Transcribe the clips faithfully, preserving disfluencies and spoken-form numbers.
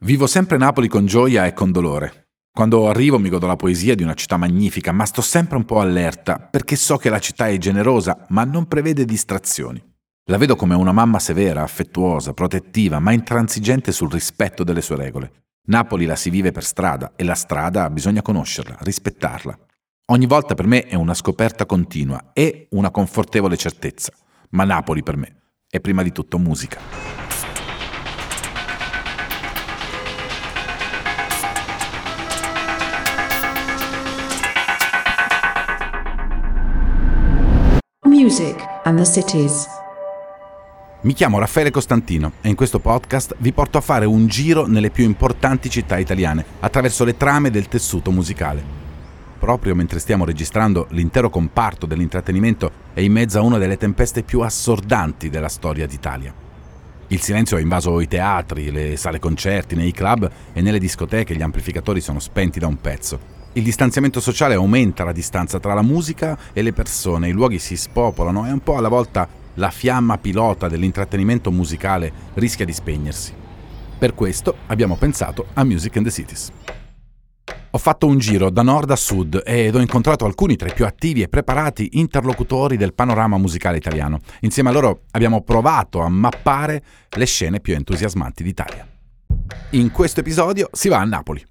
Vivo sempre Napoli con gioia e con dolore. Quando arrivo mi godo la poesia di una città magnifica, ma sto sempre un po' allerta, perché so che la città è generosa, ma non prevede distrazioni. La vedo come una mamma severa, affettuosa, protettiva, ma intransigente sul rispetto delle sue regole. Napoli la si vive per strada e la strada bisogna conoscerla, rispettarla. Ogni volta per me è una scoperta continua e una confortevole certezza, ma Napoli per me è prima di tutto musica. Music and the Cities. Mi chiamo Raffaele Costantino e in questo podcast vi porto a fare un giro nelle più importanti città italiane attraverso le trame del tessuto musicale. Proprio mentre stiamo registrando, l'intero comparto dell'intrattenimento è in mezzo a una delle tempeste più assordanti della storia d'Italia. Il silenzio ha invaso i teatri, le sale concerti, nei club e nelle discoteche gli amplificatori sono spenti da un pezzo. Il distanziamento sociale aumenta la distanza tra la musica e le persone, i luoghi si spopolano e un po' alla volta la fiamma pilota dell'intrattenimento musicale rischia di spegnersi. Per questo abbiamo pensato a Music and the Cities. Ho fatto un giro da nord a sud ed ho incontrato alcuni tra i più attivi e preparati interlocutori del panorama musicale italiano. Insieme a loro abbiamo provato a mappare le scene più entusiasmanti d'Italia. In questo episodio si va a Napoli.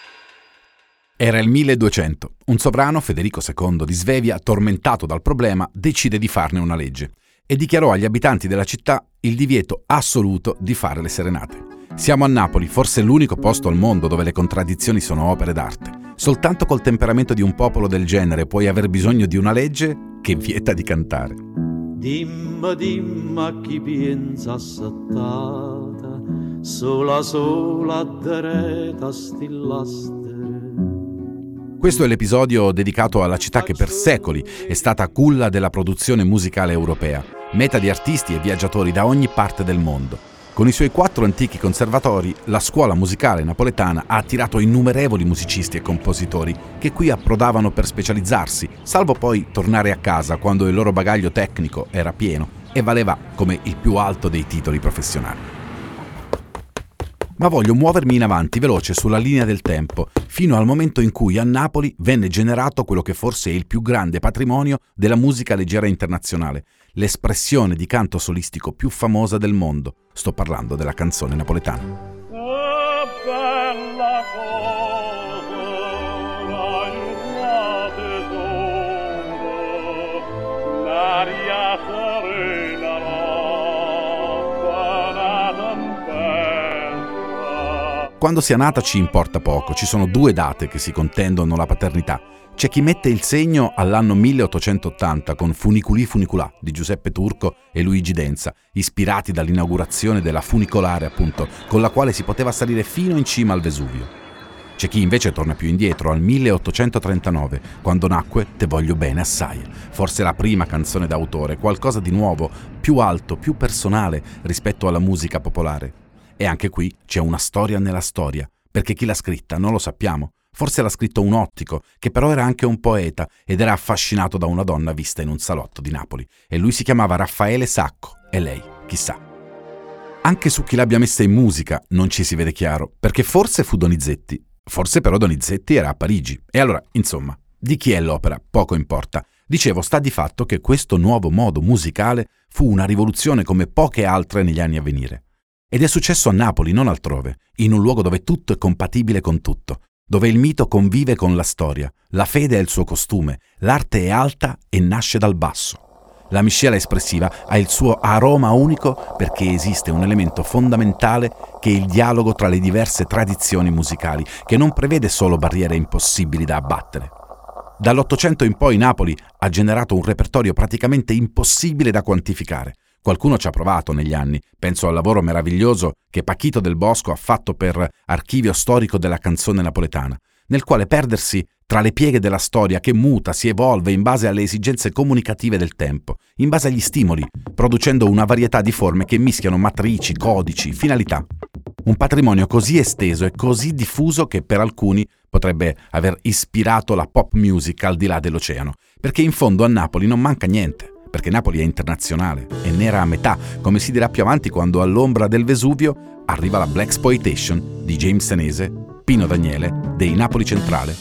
Era il milleduecento. Un sovrano, Federico secondo di Svevia, tormentato dal problema, decide di farne una legge e dichiarò agli abitanti della città il divieto assoluto di fare le serenate. Siamo a Napoli, forse l'unico posto al mondo dove le contraddizioni sono opere d'arte. Soltanto col temperamento di un popolo del genere puoi aver bisogno di una legge che vieta di cantare. Dimma, dimma chi pensa assettata, sola sola dereta stillaste. Questo è l'episodio dedicato alla città che per secoli è stata culla della produzione musicale europea, meta di artisti e viaggiatori da ogni parte del mondo. Con i suoi quattro antichi conservatori, la scuola musicale napoletana ha attirato innumerevoli musicisti e compositori che qui approdavano per specializzarsi, salvo poi tornare a casa quando il loro bagaglio tecnico era pieno e valeva come il più alto dei titoli professionali. Ma voglio muovermi in avanti veloce sulla linea del tempo, fino al momento in cui a Napoli venne generato quello che forse è il più grande patrimonio della musica leggera internazionale, l'espressione di canto solistico più famosa del mondo. Sto parlando della canzone napoletana. Oh, bella cosa, la tesoro, l'aria serena, la tempesta. Quando sia nata ci importa poco, ci sono due date che si contendono la paternità. C'è chi mette il segno all'anno milleottocentottanta con Funiculi Funiculà di Giuseppe Turco e Luigi Denza, ispirati dall'inaugurazione della funicolare appunto, con la quale si poteva salire fino in cima al Vesuvio. C'è chi invece torna più indietro, al milleottocentotrentanove, quando nacque Te voglio bene assai, forse la prima canzone d'autore, qualcosa di nuovo, più alto, più personale rispetto alla musica popolare. E anche qui c'è una storia nella storia, perché chi l'ha scritta non lo sappiamo. Forse l'ha scritto un ottico, che però era anche un poeta ed era affascinato da una donna vista in un salotto di Napoli. E lui si chiamava Raffaele Sacco, e lei, chissà. Anche su chi l'abbia messa in musica non ci si vede chiaro, perché forse fu Donizetti, forse però Donizetti era a Parigi. E allora, insomma, di chi è l'opera? Poco importa. Dicevo, sta di fatto che questo nuovo modo musicale fu una rivoluzione come poche altre negli anni a venire. Ed è successo a Napoli, non altrove, in un luogo dove tutto è compatibile con tutto, dove il mito convive con la storia, la fede è il suo costume, l'arte è alta e nasce dal basso. La miscela espressiva ha il suo aroma unico perché esiste un elemento fondamentale che è il dialogo tra le diverse tradizioni musicali, che non prevede solo barriere impossibili da abbattere. Dall'Ottocento in poi Napoli ha generato un repertorio praticamente impossibile da quantificare. Qualcuno ci ha provato negli anni, penso al lavoro meraviglioso che Pachito del Bosco ha fatto per Archivio storico della canzone napoletana, nel quale perdersi tra le pieghe della storia che muta, si evolve in base alle esigenze comunicative del tempo, in base agli stimoli, producendo una varietà di forme che mischiano matrici, codici, finalità. Un patrimonio così esteso e così diffuso che per alcuni potrebbe aver ispirato la pop music al di là dell'oceano, perché in fondo a Napoli non manca niente. Perché Napoli è internazionale, è nera a metà, come si dirà più avanti quando all'ombra del Vesuvio arriva la Blaxploitation di James Senese, Pino Daniele, dei Napoli Centrale.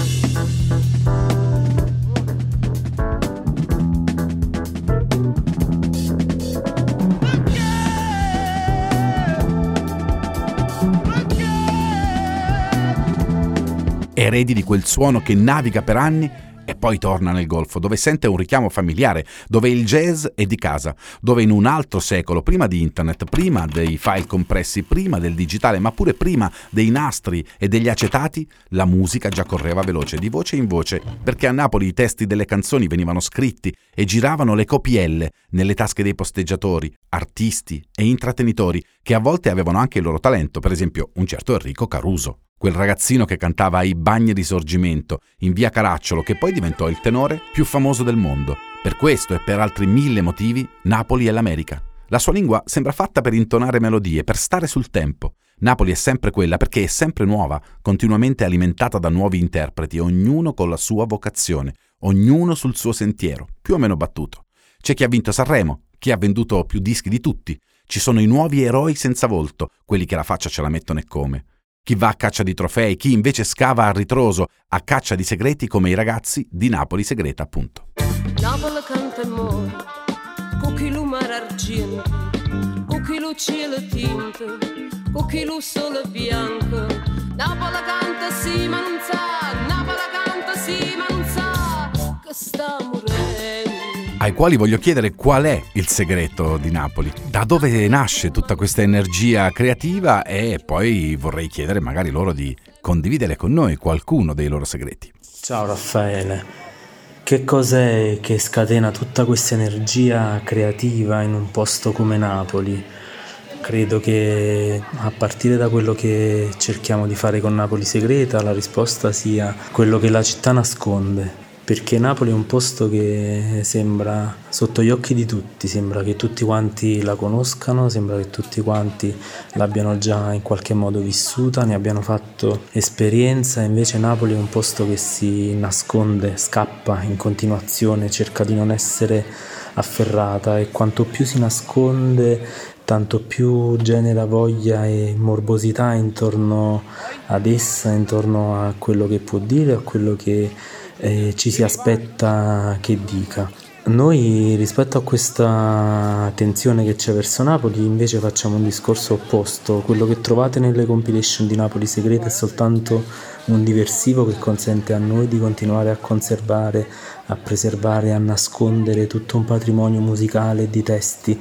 Eredi di quel suono che naviga per anni e poi torna nel Golfo, dove sente un richiamo familiare, dove il jazz è di casa, dove in un altro secolo, prima di internet, prima dei file compressi, prima del digitale, ma pure prima dei nastri e degli acetati, la musica già correva veloce, di voce in voce, perché a Napoli i testi delle canzoni venivano scritti e giravano le copielle nelle tasche dei posteggiatori, artisti e intrattenitori, che a volte avevano anche il loro talento, per esempio un certo Enrico Caruso. Quel ragazzino che cantava ai Bagni Risorgimento, in via Caracciolo, che poi diventò il tenore più famoso del mondo. Per questo e per altri mille motivi, Napoli è l'America. La sua lingua sembra fatta per intonare melodie, per stare sul tempo. Napoli è sempre quella perché è sempre nuova, continuamente alimentata da nuovi interpreti, ognuno con la sua vocazione, ognuno sul suo sentiero, più o meno battuto. C'è chi ha vinto Sanremo, chi ha venduto più dischi di tutti. Ci sono i nuovi eroi senza volto, quelli che la faccia ce la mettono e come. Chi va a caccia di trofei, chi invece scava a ritroso, a caccia di segreti come i ragazzi di Napoli Segreta, appunto. Napoli canta e muore, con chi lo mare argento, con chi lo cielo tinto, con chi lo sole bianco. Napoli canta sì ma non sa, Napoli canta sì ma non sa, che sta morendo. Ai quali voglio chiedere qual è il segreto di Napoli, da dove nasce tutta questa energia creativa, e poi vorrei chiedere magari loro di condividere con noi qualcuno dei loro segreti. Ciao Raffaele, che cos'è che scatena tutta questa energia creativa in un posto come Napoli? Credo che a partire da quello che cerchiamo di fare con Napoli Segreta la risposta sia quello che la città nasconde. Perché Napoli è un posto che sembra sotto gli occhi di tutti, sembra che tutti quanti la conoscano, sembra che tutti quanti l'abbiano già in qualche modo vissuta, ne abbiano fatto esperienza, e invece Napoli è un posto che si nasconde, scappa in continuazione, cerca di non essere afferrata, e quanto più si nasconde, tanto più genera voglia e morbosità intorno ad essa, intorno a quello che può dire, a quello che Eh, ci si aspetta che dica. Noi rispetto a questa tensione che c'è verso Napoli invece facciamo un discorso opposto. Quello che trovate nelle compilation di Napoli Segreta è soltanto un diversivo che consente a noi di continuare a conservare, a preservare, a nascondere tutto un patrimonio musicale e di testi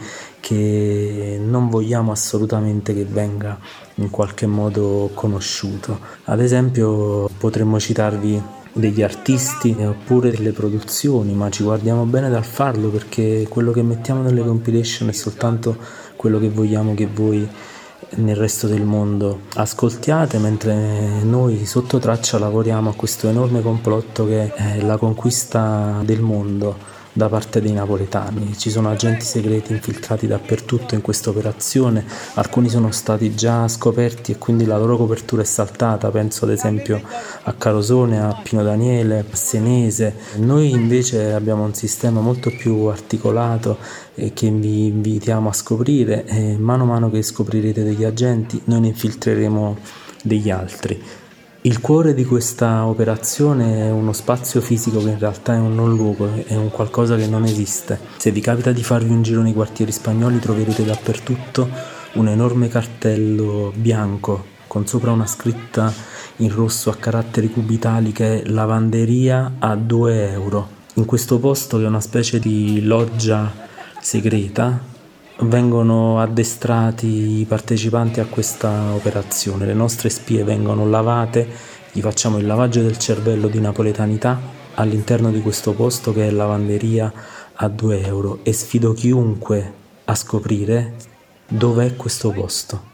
che non vogliamo assolutamente che venga in qualche modo conosciuto. Ad esempio potremmo citarvi degli artisti oppure delle produzioni, ma ci guardiamo bene dal farlo, perché quello che mettiamo nelle compilation è soltanto quello che vogliamo che voi nel resto del mondo ascoltiate, mentre noi sotto traccia lavoriamo a questo enorme complotto che è la conquista del mondo da parte dei napoletani. Ci sono agenti segreti infiltrati dappertutto in questa operazione, alcuni sono stati già scoperti e quindi la loro copertura è saltata, penso ad esempio a Carosone, a Pino Daniele, a Senese. Noi invece abbiamo un sistema molto più articolato e che vi invitiamo a scoprire, e mano a mano che scoprirete degli agenti noi ne infiltreremo degli altri. Il cuore di questa operazione è uno spazio fisico che in realtà è un non luogo, è un qualcosa che non esiste. Se vi capita di farvi un giro nei quartieri spagnoli troverete dappertutto un enorme cartello bianco con sopra una scritta in rosso a caratteri cubitali che è lavanderia a due euro. In questo posto, che è una specie di loggia segreta, vengono addestrati i partecipanti a questa operazione. Le nostre spie vengono lavate, gli facciamo il lavaggio del cervello di napoletanità all'interno di questo posto che è lavanderia a due euro, e sfido chiunque a scoprire dov'è questo posto.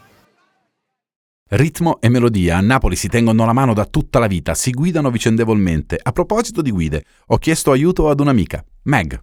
Ritmo e melodia a Napoli si tengono la mano da tutta la vita, si guidano vicendevolmente. A proposito di guide, ho chiesto aiuto ad un'amica, Meg.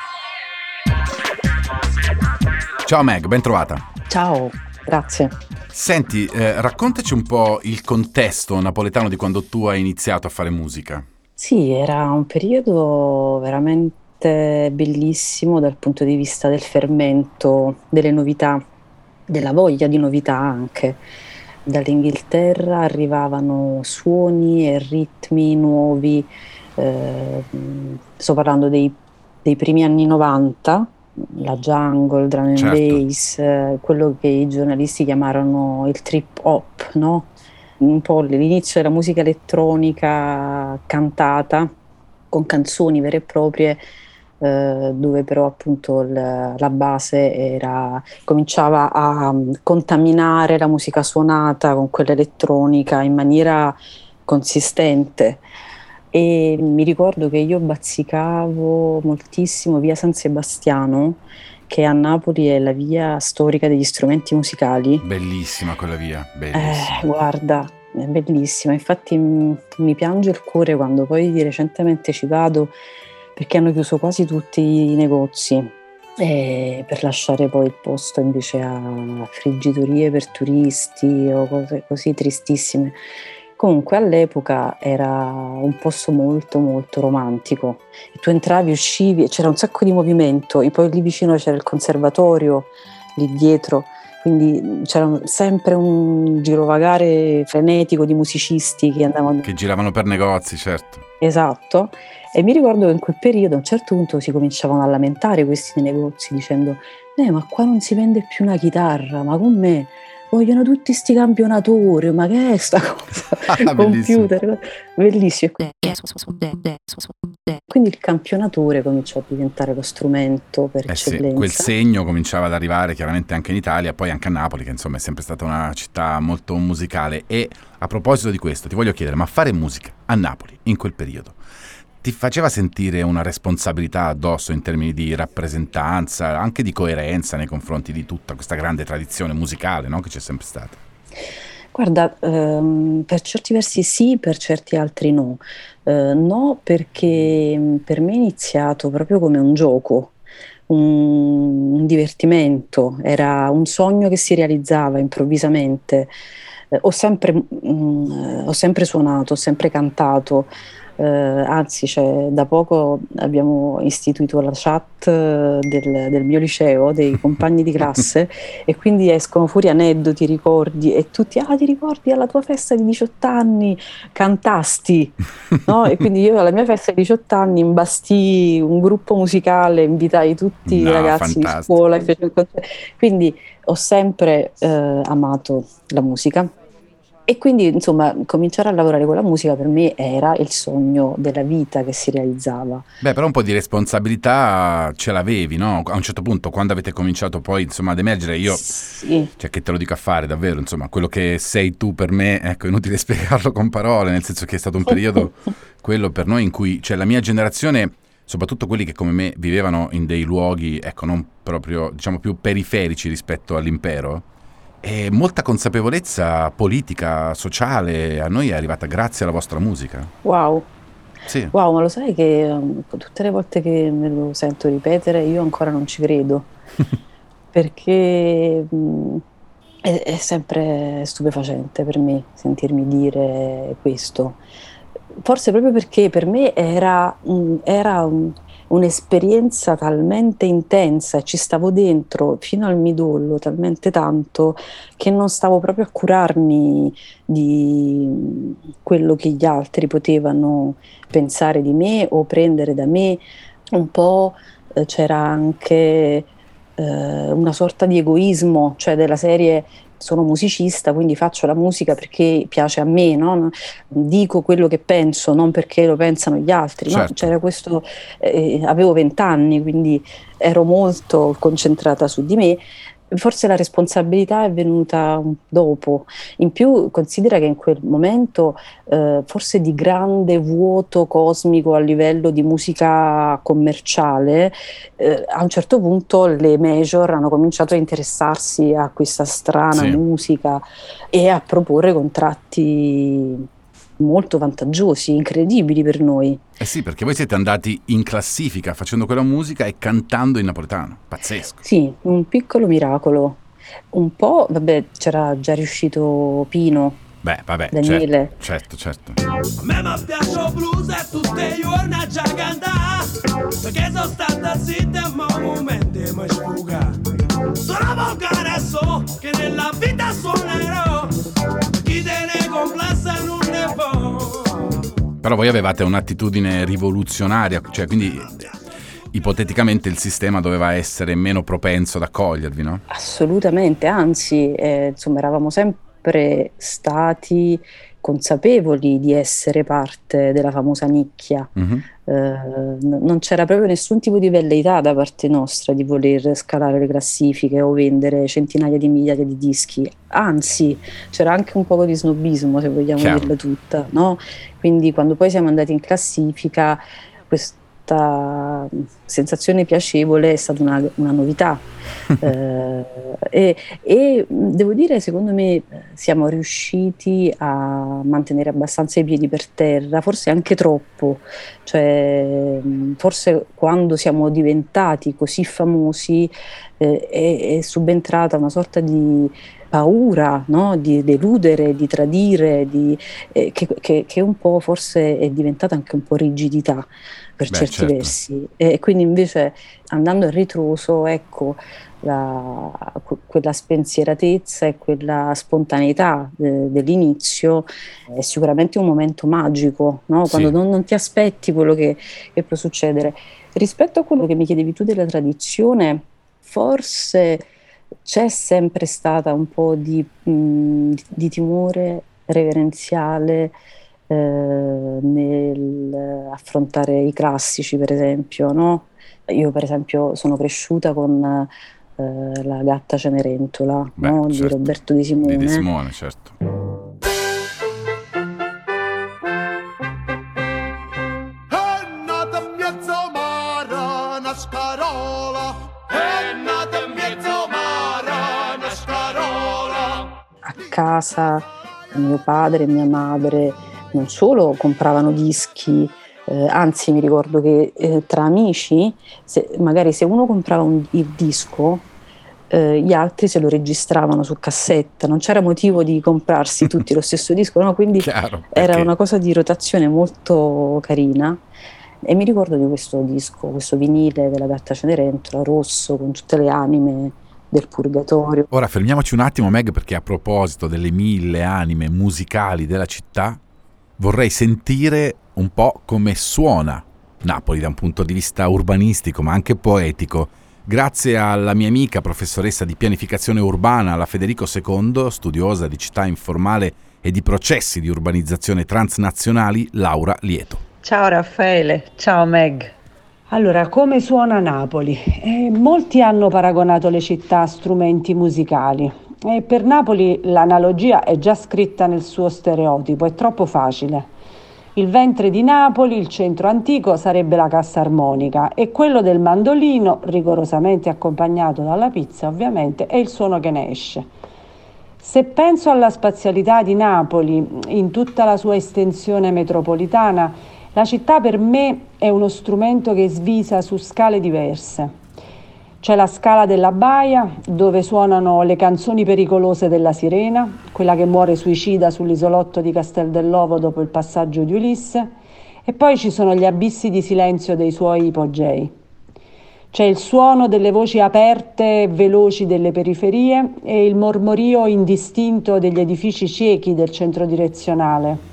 Ciao Meg, ben trovata. Ciao, grazie. Senti, eh, raccontaci un po' il contesto napoletano di quando tu hai iniziato a fare musica. Sì, era un periodo veramente bellissimo dal punto di vista del fermento, delle novità, della voglia di novità anche. Dall'Inghilterra arrivavano suoni e ritmi nuovi, eh, sto parlando dei, dei primi anni novanta, la jungle, il drum and Certo. bass, eh, quello che i giornalisti chiamarono il trip hop, no? Un po' l'inizio della musica elettronica cantata con canzoni vere e proprie, eh, dove però appunto il- la base era, cominciava a mm, contaminare la musica suonata con quella elettronica in maniera consistente. E mi ricordo che io bazzicavo moltissimo via San Sebastiano, che a Napoli è la via storica degli strumenti musicali. Bellissima quella via, Eh, bellissima. guarda, è bellissima. Infatti m- mi piange il cuore quando poi di recentemente ci vado, perché hanno chiuso quasi tutti i negozi, eh, per lasciare poi il posto invece a friggitorie per turisti o cose così tristissime. Comunque all'epoca era un posto molto molto romantico. E tu entravi, uscivi e c'era un sacco di movimento, e poi lì vicino c'era il conservatorio, lì dietro, quindi c'era sempre un girovagare frenetico di musicisti che andavano. Che giravano per negozi, certo. Esatto. E mi ricordo che in quel periodo a un certo punto si cominciavano a lamentare questi negozi dicendo: eh, ma qua non si vende più una chitarra, ma con me vogliono tutti sti campionatori, ma che è sta cosa? Bellissimo. Computer, bellissimo. Quindi il campionatore cominciò a diventare lo strumento per Eh sì, eccellenza. quel segno cominciava ad arrivare chiaramente anche in Italia, poi anche a Napoli, che insomma è sempre stata una città molto musicale. E a proposito di questo, ti voglio chiedere, ma fare musica a Napoli in quel periodo ti faceva sentire una responsabilità addosso in termini di rappresentanza, anche di coerenza nei confronti di tutta questa grande tradizione musicale, no, che c'è sempre stata? Guarda, ehm, per certi versi sì, per certi altri no. Eh, no, perché mh, per me è iniziato proprio come un gioco, un, un divertimento, era un sogno che si realizzava improvvisamente. Eh, ho sempre, mh, eh, ho sempre suonato, ho sempre cantato. Eh, anzi, cioè, da poco abbiamo istituito la chat eh, del, del mio liceo, dei compagni di classe, e quindi escono fuori aneddoti, ricordi, e tutti, ah, ti ricordi alla tua festa di diciotto anni cantasti, no? E quindi io alla mia festa di diciotto anni imbastii un gruppo musicale, invitai tutti i No, ragazzi di fantastico. scuola e feci un concerto. Quindi ho sempre eh, amato la musica. E quindi, insomma, cominciare a lavorare con la musica per me era il sogno della vita che si realizzava. Beh, però un po' di responsabilità ce l'avevi, no? A un certo punto, quando avete cominciato poi, insomma, ad emergere, io, Sì, cioè, che te lo dico a fare, davvero, insomma, quello che sei tu per me, ecco, è inutile spiegarlo con parole, nel senso che è stato un periodo, quello per noi, in cui, cioè, la mia generazione, soprattutto quelli che come me vivevano in dei luoghi, ecco, non proprio, diciamo, più periferici rispetto all'impero, e molta consapevolezza politica, sociale, a noi è arrivata grazie alla vostra musica. wow. Sì. Wow, ma lo sai che um, tutte le volte che me lo sento ripetere io ancora non ci credo, perché mh, è, è sempre stupefacente per me sentirmi dire questo. Forse proprio perché per me era, un- era un- un'esperienza talmente intensa e ci stavo dentro fino al midollo talmente tanto che non stavo proprio a curarmi di quello che gli altri potevano pensare di me o prendere da me. Un po' eh, c'era anche eh, una sorta di egoismo, cioè della serie sono musicista, quindi faccio la musica perché piace a me, no? Dico quello che penso, non perché lo pensano gli altri, no? Certo. C'era questo, eh, avevo vent'anni, quindi ero molto concentrata su di me. Forse la responsabilità è venuta dopo. In più, considera che in quel momento, eh, forse di grande vuoto cosmico a livello di musica commerciale, eh, a un certo punto le major hanno cominciato a interessarsi a questa strana Sì. musica e a proporre contratti molto vantaggiosi, incredibili per noi. Eh sì, perché voi siete andati in classifica facendo quella musica e cantando in napoletano. Pazzesco. Sì, un piccolo miracolo. Un po', vabbè, c'era già riuscito Pino. Beh, vabbè, Daniele. certo, certo, certo. A me mi piace il blues e tutti i giorni a già cantare, perché sono stata zitta ma un momento mi sfuga. Sono volgare so che nella vita suonerò, chi te ne complessa non ne può. Però voi avevate un'attitudine rivoluzionaria, cioè quindi ipoteticamente il sistema doveva essere meno propenso ad accogliervi, no? Assolutamente, anzi, eh, insomma, eravamo sempre stati consapevoli di essere parte della famosa nicchia. Mm-hmm. Eh, non c'era proprio nessun tipo di velleità da parte nostra di voler scalare le classifiche o vendere centinaia di migliaia di dischi, anzi c'era anche un po' di snobismo, se vogliamo Chiaro. dirla tutta, no? Quindi quando poi siamo andati in classifica questa sensazione piacevole è stata una, una novità. eh, e, e devo dire, secondo me siamo riusciti a mantenere abbastanza i piedi per terra, forse anche troppo, cioè forse quando siamo diventati così famosi eh, è, è subentrata una sorta di paura, no? Di deludere, di tradire, di, eh, che, che, che un po' forse è diventata anche un po' rigidità per Beh, certi certo. versi, e quindi invece andando a ritroso, ecco, la, quella spensieratezza e quella spontaneità de, dell'inizio è sicuramente un momento magico, no? Quando Sì. non, non ti aspetti quello che, che può succedere. Rispetto a quello che mi chiedevi tu della tradizione, forse c'è sempre stata un po' di, mh, di timore reverenziale eh, nel affrontare i classici, per esempio, no? Io per esempio sono cresciuta con eh, La gatta Cenerentola, Beh, no? Di certo. Roberto Di Simone. Di, di Simone, certo. È nata in mezzo mare una scarola, è nata in mezzo mare una scarola. A casa mio padre e mia madre non solo compravano dischi, eh, anzi mi ricordo che eh, tra amici, se, magari se uno comprava un, il disco, eh, gli altri se lo registravano su cassetta, non c'era motivo di comprarsi tutti lo stesso disco, no? Quindi Chiaro, era perché- una cosa di rotazione molto carina. E mi ricordo di questo disco, questo vinile della Gatta Cenerentola, rosso, con tutte le anime del purgatorio. Ora fermiamoci un attimo, Meg, perché a proposito delle mille anime musicali della città vorrei sentire un po' come suona Napoli da un punto di vista urbanistico ma anche poetico, grazie alla mia amica professoressa di pianificazione urbana, la Federico secondo, studiosa di città informale e di processi di urbanizzazione transnazionali, Laura Lieto. Ciao Raffaele, ciao Meg. Allora, come suona Napoli? Eh, molti hanno paragonato le città a strumenti musicali e per Napoli l'analogia è già scritta nel suo stereotipo, è troppo facile. Il ventre di Napoli, il centro antico, sarebbe la cassa armonica e quello del mandolino, rigorosamente accompagnato dalla pizza ovviamente, è il suono che ne esce. Se penso alla spazialità di Napoli in tutta la sua estensione metropolitana, la città per me è uno strumento che svisa su scale diverse. C'è la scala della Baia, dove suonano le canzoni pericolose della sirena, quella che muore suicida sull'isolotto di Castel dell'Ovo dopo il passaggio di Ulisse, e poi ci sono gli abissi di silenzio dei suoi ipogei. C'è il suono delle voci aperte e veloci delle periferie e il mormorio indistinto degli edifici ciechi del centro direzionale.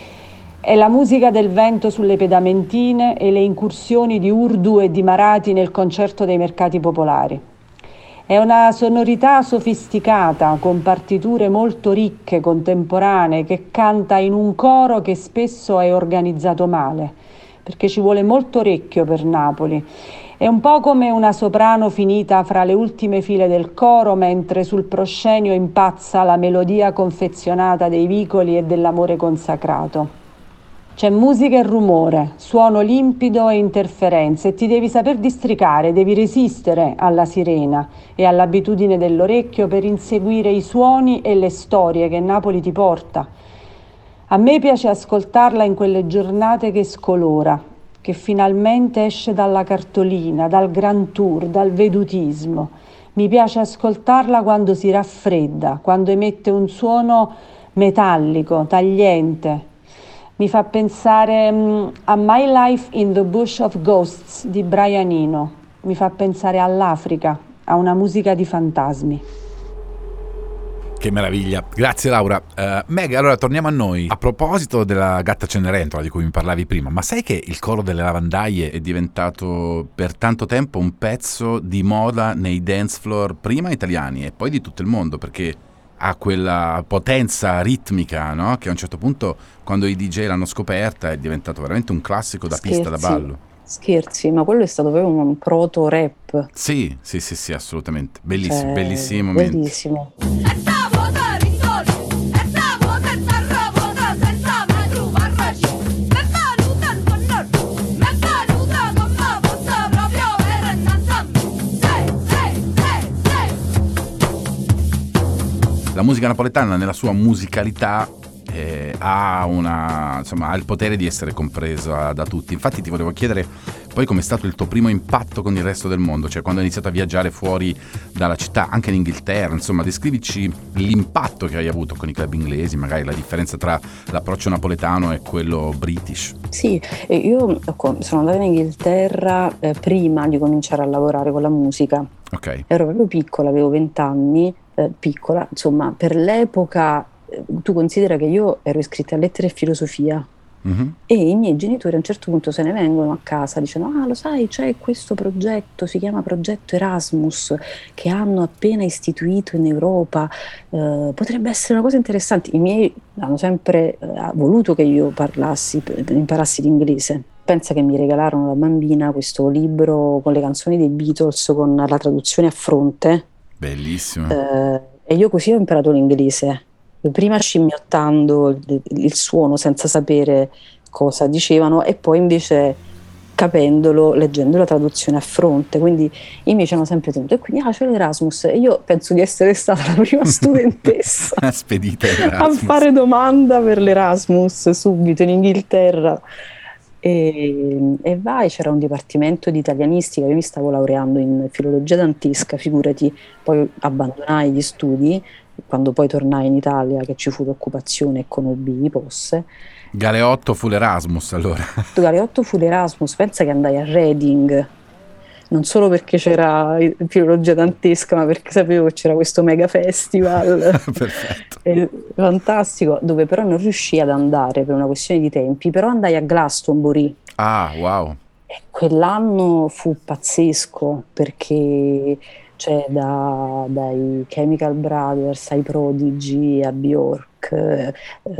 È la musica del vento sulle pedamentine e le incursioni di urdu e di marati nel concerto dei mercati popolari. È una sonorità sofisticata, con partiture molto ricche, contemporanee, che canta in un coro che spesso è organizzato male, perché ci vuole molto orecchio per Napoli. È un po' come una soprano finita fra le ultime file del coro, mentre sul proscenio impazza la melodia confezionata dei vicoli e dell'amore consacrato. C'è musica e rumore, suono limpido e interferenze e ti devi saper districare, devi resistere alla sirena e all'abitudine dell'orecchio per inseguire i suoni e le storie che Napoli ti porta. A me piace ascoltarla in quelle giornate che scolora, che finalmente esce dalla cartolina, dal grand tour, dal vedutismo. Mi piace ascoltarla quando si raffredda, quando emette un suono metallico, tagliente. Mi fa pensare mh, a My Life in the Bush of Ghosts di Brian Eno. Mi fa pensare all'Africa, a una musica di fantasmi. Che meraviglia, grazie Laura. uh, Meg, allora torniamo a noi. A proposito della gatta Cenerentola di cui mi parlavi prima, ma sai che il coro delle lavandaie è diventato per tanto tempo un pezzo di moda nei dance floor, prima italiani e poi di tutto il mondo, perché ha quella potenza ritmica, no? Che a un certo punto, quando i D J l'hanno scoperta, è diventato veramente un classico da Scherzi. pista da ballo. Scherzi, ma quello è stato proprio un proto rap. Sì, sì, sì, sì, assolutamente. Bellissimo, Cioè, bellissimi momenti. bellissimo. La musica napoletana nella sua musicalità eh, ha, una, insomma, ha il potere di essere compresa da tutti. Infatti ti volevo chiedere poi com'è stato il tuo primo impatto con il resto del mondo, cioè quando hai iniziato a viaggiare fuori dalla città, anche in Inghilterra, insomma descrivici l'impatto che hai avuto con i club inglesi, magari la differenza tra l'approccio napoletano e quello british. Sì, e io sono andata in Inghilterra eh, prima di cominciare a lavorare con la musica. Ok. Ero proprio piccola, avevo vent'anni, eh, piccola, insomma, per l'epoca eh, tu considera che io ero iscritta a lettere e filosofia. Mm-hmm. E i miei genitori a un certo punto se ne vengono a casa dicendo: ah, lo sai, c'è questo progetto, si chiama progetto Erasmus, che hanno appena istituito in Europa, eh, potrebbe essere una cosa interessante. I miei hanno sempre eh, voluto che io parlassi, imparassi l'inglese. Pensa che mi regalarono da bambina questo libro con le canzoni dei Beatles con la traduzione a fronte. Bellissimo. Eh, e io così ho imparato l'inglese. Prima scimmiottando il, il suono senza sapere cosa dicevano e poi invece capendolo, leggendo la traduzione a fronte. Quindi i miei ci hanno sempre tenuto, e quindi ah, c'è l'Erasmus, e io penso di essere stata la prima studentessa spedita a fare domanda per l'Erasmus subito in Inghilterra. E, e vai, c'era un dipartimento di italianistica, io mi stavo laureando in filologia dantesca, figurati, poi abbandonai gli studi quando poi tornai in Italia, che ci fu l'occupazione e conobbi i Posse. Galeotto fu l'Erasmus allora. Galeotto fu l'Erasmus, pensa che andai a Reading, non solo perché c'era filologia dantesca, ma perché sapevo che c'era questo mega festival perfetto, fantastico, dove però non riuscii ad andare per una questione di tempi, però andai a Glastonbury. Ah, wow. E quell'anno fu pazzesco, perché cioè da, dai Chemical Brothers ai Prodigy a Bjork, eh,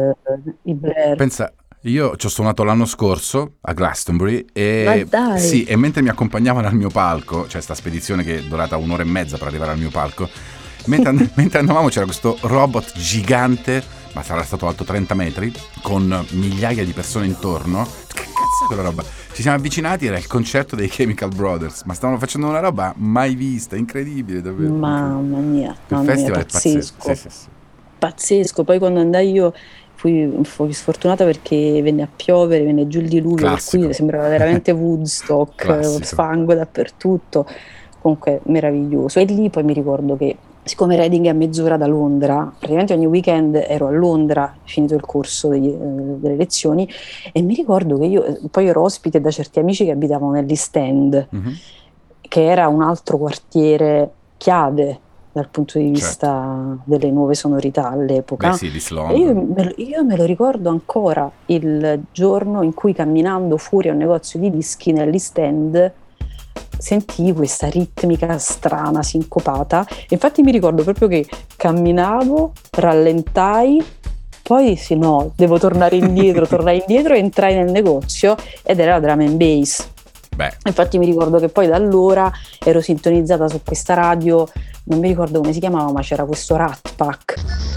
i Blair. Pensa, io ci ho suonato l'anno scorso a Glastonbury e, Ma dai. sì, e mentre mi accompagnavano al mio palco, cioè sta spedizione che è durata un'ora e mezza per arrivare al mio palco, mentre, and- mentre andavamo c'era questo robot gigante, ma sarà stato alto trenta metri, con migliaia di persone intorno. Che cazzo è quella roba? Ci siamo avvicinati, era il concerto dei Chemical Brothers, ma stavano facendo una roba mai vista, incredibile davvero. Mamma mia, il mamma festival mia, è pazzesco. pazzesco. Sì, sì, sì. Pazzesco. Poi quando andai io fui, fui sfortunata perché venne a piovere, venne giù il diluvio, Classico. per cui sembrava veramente Woodstock, fango dappertutto. Comunque meraviglioso. E lì poi mi ricordo che, siccome Reading è a mezz'ora da Londra, praticamente ogni weekend ero a Londra, finito il corso degli, eh, delle lezioni, e mi ricordo che io poi ero ospite da certi amici che abitavano nell'East End, mm-hmm. che era un altro quartiere chiave dal punto di vista certo. delle nuove sonorità all'epoca. Beh, sì, e io, me lo, io me lo ricordo ancora il giorno in cui, camminando fuori a un negozio di dischi nell'East End, sentii questa ritmica strana, sincopata. Infatti mi ricordo proprio che camminavo, rallentai, poi sì, no, devo tornare indietro, tornai indietro e entrai nel negozio ed era la drum and bass. Beh. Infatti mi ricordo che poi da allora ero sintonizzata su questa radio, non mi ricordo come si chiamava, ma c'era questo Rat Pack.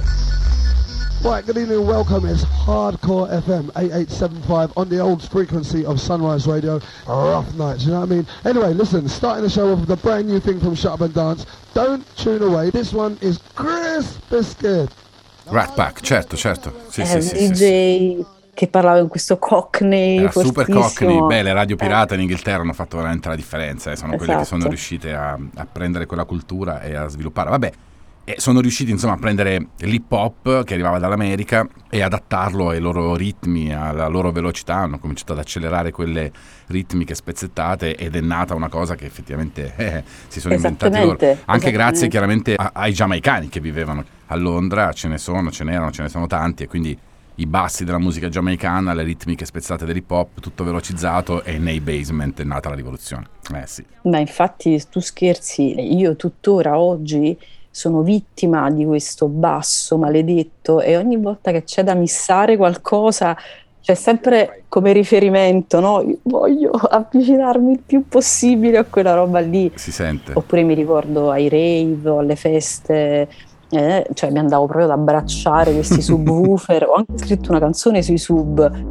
Right, good evening and welcome. It's Hardcore F M eighty-eight seventy-five on the old frequency of Sunrise Radio. Rough nights, you know what I mean? Anyway, listen, starting the show off with a brand new thing from Shut Up and Dance. Don't tune away. This one is Chris Biscuit. Rat Pack, certo, certo. Sì, È sì, un sì, D J sì, che parlava in questo cockney Era super fortissimo. cockney. Beh, le radio Eh. pirata in Inghilterra hanno fatto veramente la differenza, eh. Sono quelle che sono Esatto. riuscite a, a prendere quella cultura e a sviluppare. Vabbè, e sono riusciti insomma a prendere l'hip hop che arrivava dall'America e adattarlo ai loro ritmi, alla loro velocità. Hanno cominciato ad accelerare quelle ritmiche spezzettate ed è nata una cosa che effettivamente eh, si sono inventati loro. Esattamente, Anche grazie esattamente. chiaramente a- ai giamaicani che vivevano a Londra, ce ne sono, ce n'erano, ce ne sono tanti, e quindi i bassi della musica giamaicana, le ritmiche spezzate dell'hip hop, tutto velocizzato, e nei basement è nata la rivoluzione. Eh sì. Ma infatti tu scherzi, io tuttora oggi sono vittima di questo basso maledetto e ogni volta che c'è da missare qualcosa c'è sempre come riferimento, no? Io voglio avvicinarmi il più possibile a quella roba lì. Si sente. Oppure mi ricordo ai rave o alle feste, eh, cioè mi andavo proprio ad abbracciare questi subwoofer. Ho anche scritto una canzone sui sub.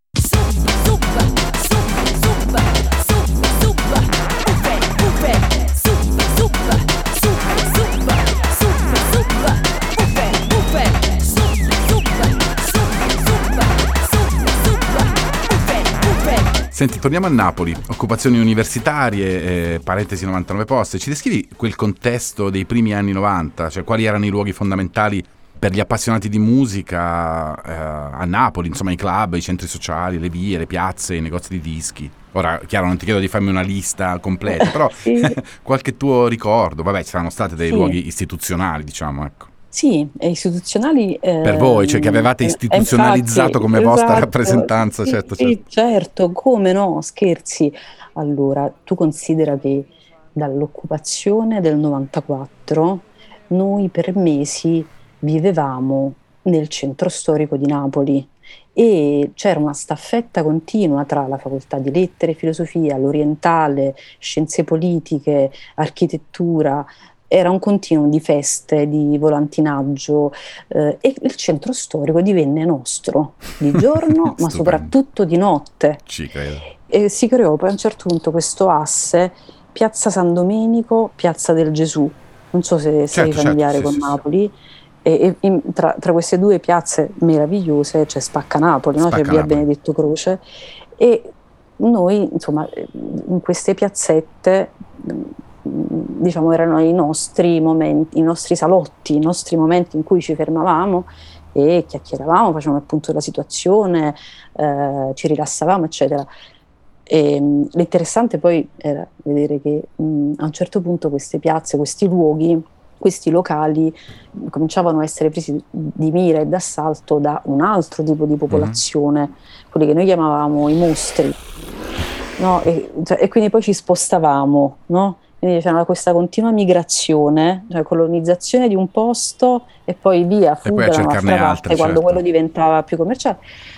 Senti, torniamo a Napoli, occupazioni universitarie, eh, parentesi novantanove posti. Ci descrivi quel contesto dei primi anni novanta, cioè quali erano i luoghi fondamentali per gli appassionati di musica eh, a Napoli, insomma i club, i centri sociali, le vie, le piazze, i negozi di dischi. Ora, chiaro, non ti chiedo di farmi una lista completa, però Sì. qualche tuo ricordo, vabbè, ci saranno stati dei Sì. luoghi istituzionali, diciamo, ecco. Sì, e istituzionali. Per voi, cioè che avevate eh, istituzionalizzato infatti, come vostra esatto, rappresentanza, sì, certo, sì, certo. certo, come no, scherzi. Allora, tu considera che dall'occupazione del novantaquattro noi per mesi vivevamo nel centro storico di Napoli e c'era una staffetta continua tra la facoltà di lettere, filosofia, l'orientale, scienze politiche, architettura. Era un continuo di feste, di volantinaggio eh, e il centro storico divenne nostro di giorno, ma Stupendo. soprattutto di notte. Ci credo. E si creò poi a un certo punto questo asse, Piazza San Domenico, Piazza del Gesù. Non so se sei Certo, familiare certo, sì, con sì, Napoli. E, e in- tra, tra queste due piazze meravigliose c'è Spacca Napoli, no? C'è Spacca via Napoli. Benedetto Croce. E noi, insomma, in queste piazzette, diciamo, erano i nostri momenti, i nostri salotti, i nostri momenti in cui ci fermavamo e chiacchieravamo, facevamo appunto della situazione, eh, ci rilassavamo, eccetera. E, mh, l'interessante poi era vedere che mh, a un certo punto queste piazze, questi luoghi, questi locali mh, cominciavano a essere presi di mira e d'assalto da un altro tipo di popolazione, quelli che noi chiamavamo i mostri, no? E, cioè, e quindi poi ci spostavamo, no? Quindi c'era questa continua migrazione, cioè colonizzazione di un posto e poi via, poi fuga a da cercarne un'altra altri, parte quando certo. quello diventava più commerciale.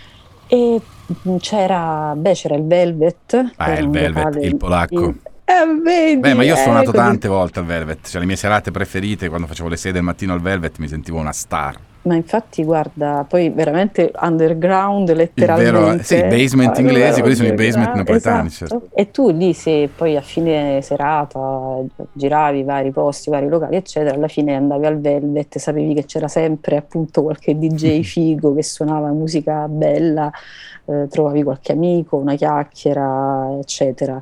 E mh, c'era, beh, c'era il Velvet, Ah, che era il un Velvet, locale il polacco. in- Eh, vedi, Beh, ma io ho eh, suonato così- tante volte al Velvet, cioè le mie serate preferite, quando facevo le sei del mattino al Velvet mi sentivo una star. Ma infatti, guarda, poi veramente underground, Il letteralmente. vero, sì, basement Ah, inglesi, quelli sono i underground, basement napoletani, esatto. certo. E tu lì, se poi a fine serata giravi i vari posti, i vari locali, eccetera, alla fine andavi al Velvet, sapevi che c'era sempre appunto qualche D J figo che suonava musica bella, eh, trovavi qualche amico, una chiacchiera, eccetera.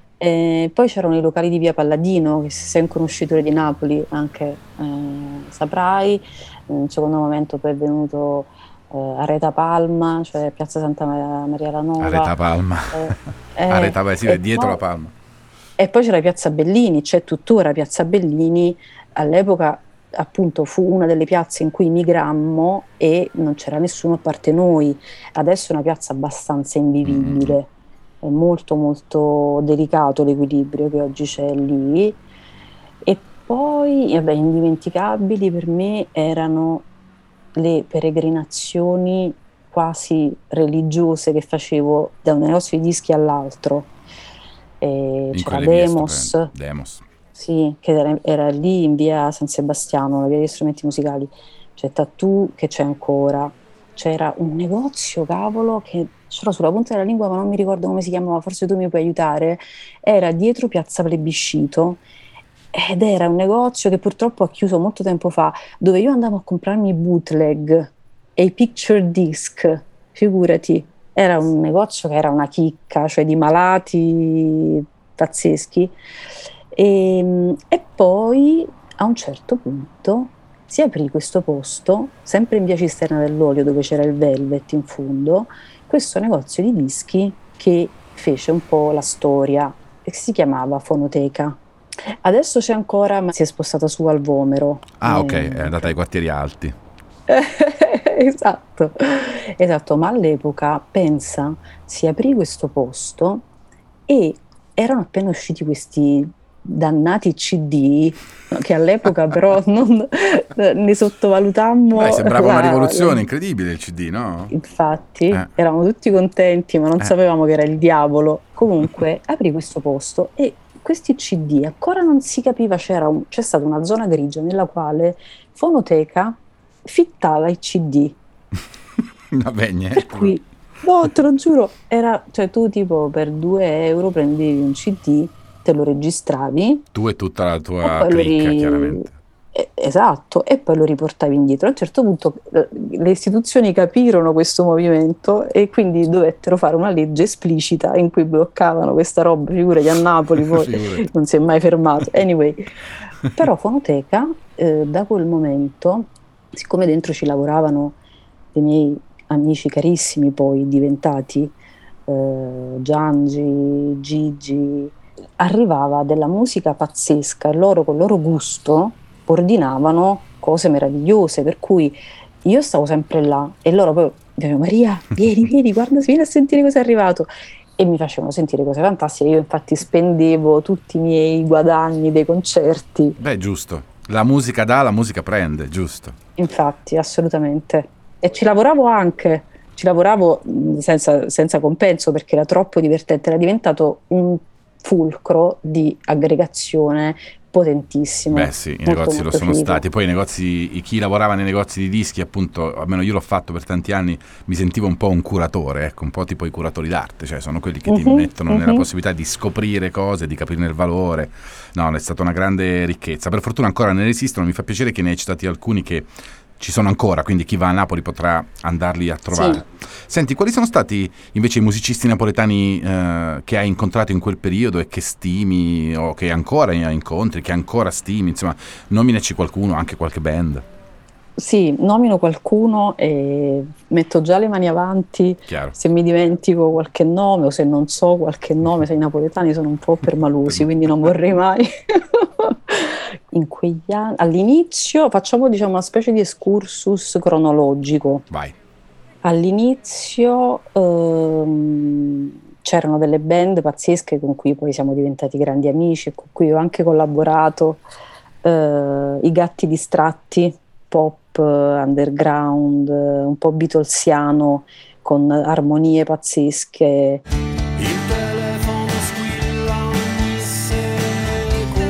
E poi c'erano i locali di via Palladino, che se sei un conoscitore di Napoli anche eh, saprai. In un secondo momento poi è venuto eh, Areta Palma, cioè Piazza Santa Ma- Maria la Nova. Areta Palma. Eh, eh, Areta, beh, sì, e è dietro poi- la Palma. E poi c'era Piazza Bellini, c'è tuttora Piazza Bellini. All'epoca appunto fu una delle piazze in cui migrammo e non c'era nessuno a parte noi. Adesso è una piazza abbastanza invivibile, è molto molto delicato l'equilibrio che oggi c'è lì. E poi, vabbè, indimenticabili per me erano le peregrinazioni quasi religiose che facevo da un negozio di dischi all'altro. E In c'era quelle vie Demos, stupende. Demos. sì, che era, era lì in via San Sebastiano, la via degli strumenti musicali. C'è Tattoo, che c'è ancora. C'era un negozio, cavolo, che ce l'ho sulla punta della lingua, ma non mi ricordo come si chiamava, forse tu mi puoi aiutare. Era dietro Piazza Plebiscito ed era un negozio che purtroppo ha chiuso molto tempo fa, dove io andavo a comprarmi i bootleg e i picture disc figurati, era un negozio che era una chicca, cioè di malati pazzeschi. E, e poi a un certo punto si aprì questo posto, sempre in via Cisterna dell'Olio, dove c'era il Velvet in fondo, questo negozio di dischi che fece un po' la storia e si chiamava Fonoteca. Adesso c'è ancora, ma si è spostata su al Vomero. Ah, eh, ok, è andata ai quartieri alti. esatto, esatto, ma all'epoca, pensa, si aprì questo posto e erano appena usciti questi dannati C D che all'epoca però non ne sottovalutammo. Beh, sembrava la, una rivoluzione la... incredibile il C D, no? Infatti, eh. eravamo tutti contenti, ma non eh. sapevamo che era il diavolo. Comunque, aprì questo posto e questi C D ancora non si capiva, c'era un, c'è stata una zona grigia nella quale Fonoteca fittava i C D. Vabbè, niente. Per cui, no, te lo giuro, era, cioè tu tipo per due euro prendevi un C D, te lo registravi. Tu e tutta la tua e clicca, ri... chiaramente. Eh, esatto, e poi lo riportavi indietro. A un certo punto eh, le istituzioni capirono questo movimento e quindi dovettero fare una legge esplicita in cui bloccavano questa roba. Figurati, a Napoli poi non si è mai fermato. Anyway, però Fonoteca eh, da quel momento, siccome dentro ci lavoravano dei miei amici carissimi poi diventati eh, Giangi, Gigi, arrivava della musica pazzesca e loro col loro gusto ordinavano cose meravigliose, per cui io stavo sempre là e loro poi dicevano: Maria, vieni, vieni, guarda, vieni a sentire cosa è arrivato, e mi facevano sentire cose fantastiche. Io infatti spendevo tutti i miei guadagni dei concerti. Beh, giusto, la musica dà, la musica prende, giusto. Infatti, assolutamente. E ci lavoravo anche, ci lavoravo senza, senza compenso perché era troppo divertente, era diventato un fulcro di aggregazione potentissimo. Beh sì, i molto, negozi molto lo sono figo. stati. Poi i negozi, chi lavorava nei negozi di dischi, appunto, almeno io l'ho fatto per tanti anni, mi sentivo un po' un curatore, ecco, un po' tipo i curatori d'arte, cioè sono quelli che ti Mhm, mettono nella mhm. possibilità di scoprire cose, di capirne il valore. No, è stata una grande ricchezza. Per fortuna ancora ne esistono, mi fa piacere che ne hai citati alcuni che ci sono ancora, quindi chi va a Napoli potrà andarli a trovare. Sì. Senti, quali sono stati invece i musicisti napoletani eh, che hai incontrato in quel periodo e che stimi, o che ancora incontri, che ancora stimi, insomma, nominaci qualcuno, anche qualche band. Sì, nomino qualcuno e metto già le mani avanti. Chiaro. Se mi dimentico qualche nome o se non so qualche nome, se i napoletani sono un po' permalosi, quindi non vorrei mai. In quegli anni, all'inizio, facciamo diciamo una specie di excursus cronologico. Vai. All'inizio ehm, c'erano delle band pazzesche con cui poi siamo diventati grandi amici e con cui ho anche collaborato, eh, i Gatti Distratti, pop, eh, underground, eh, un po' beatlesiano, con armonie pazzesche. Il telefono squilla ogni secondo,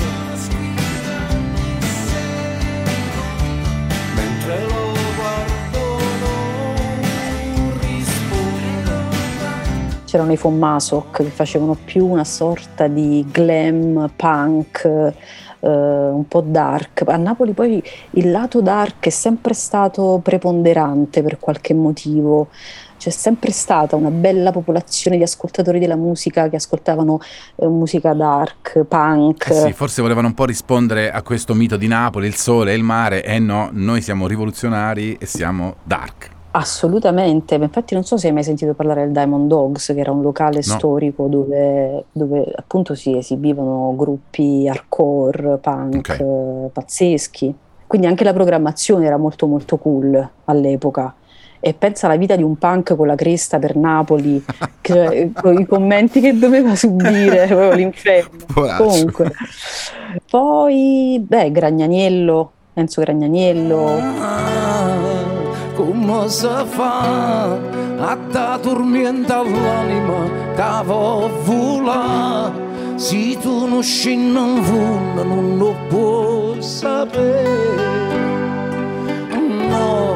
mentre lo guardo non rispondo. C'erano i Fommasoc che facevano più una sorta di glam punk, eh, un po' dark. A Napoli poi il lato dark è sempre stato preponderante per qualche motivo. C'è sempre stata una bella popolazione di ascoltatori della musica che ascoltavano eh, musica dark, punk. Eh sì, forse volevano un po' rispondere a questo mito di Napoli, il sole e il mare, e eh no, noi siamo rivoluzionari e siamo dark. Assolutamente, ma infatti non so se hai mai sentito parlare del Diamond Dogs, che era un locale No. storico dove, dove appunto si esibivano gruppi hardcore, punk, Ok. eh, pazzeschi. Quindi anche la programmazione era molto molto cool all'epoca. E pensa alla vita di un punk con la cresta per Napoli, che- con i commenti che doveva subire, proprio l'inferno. Poraccio. Comunque. Poi, beh, Gragnaniello, Enzo Gragnaniello. Come si fa a da dormiente all'anima che va vola? Se tu non scendi in fondo non lo puoi sapere. No.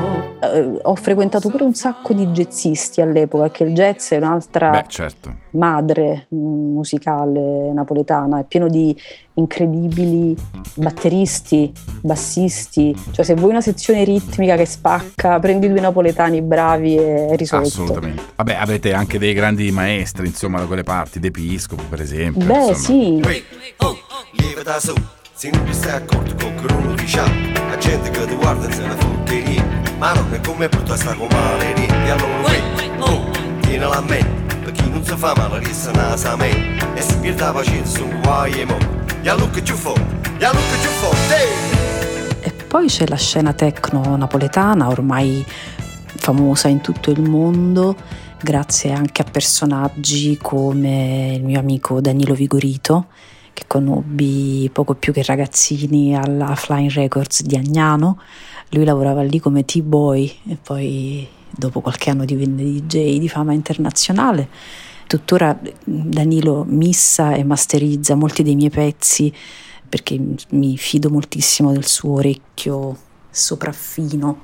eh, ho frequentato pure un sacco di jazzisti all'epoca, che il jazz è un'altra Beh, certo. madre musicale napoletana, è pieno di incredibili batteristi, bassisti, cioè se vuoi una sezione ritmica che spacca, prendi due napoletani bravi e è risolto. Assolutamente. Vabbè, avete anche dei grandi maestri, insomma, da quelle parti, De Piscopo per esempio. Beh, insomma. sì. Oh, lievita su, se non ti stai accorto con che uno diciamo, la gente che ti guarda se ne fotte niente, ma non è come porta sta con male niente, e allora wait, oh, tienila a mente, per chi non si fa male resta nasa a me, e si pierde la pazienza su guai e mo, ya look at you for, ya look at you for, hey! E poi c'è la scena techno napoletana, ormai famosa in tutto il mondo, grazie anche a personaggi come il mio amico Danilo Vigorito, che conobbi poco più che ragazzini alla Flying Records di Agnano. Lui lavorava lì come T-Boy e poi dopo qualche anno divenne D J di fama internazionale. Tuttora Danilo missa e masterizza molti dei miei pezzi perché mi fido moltissimo del suo orecchio sopraffino.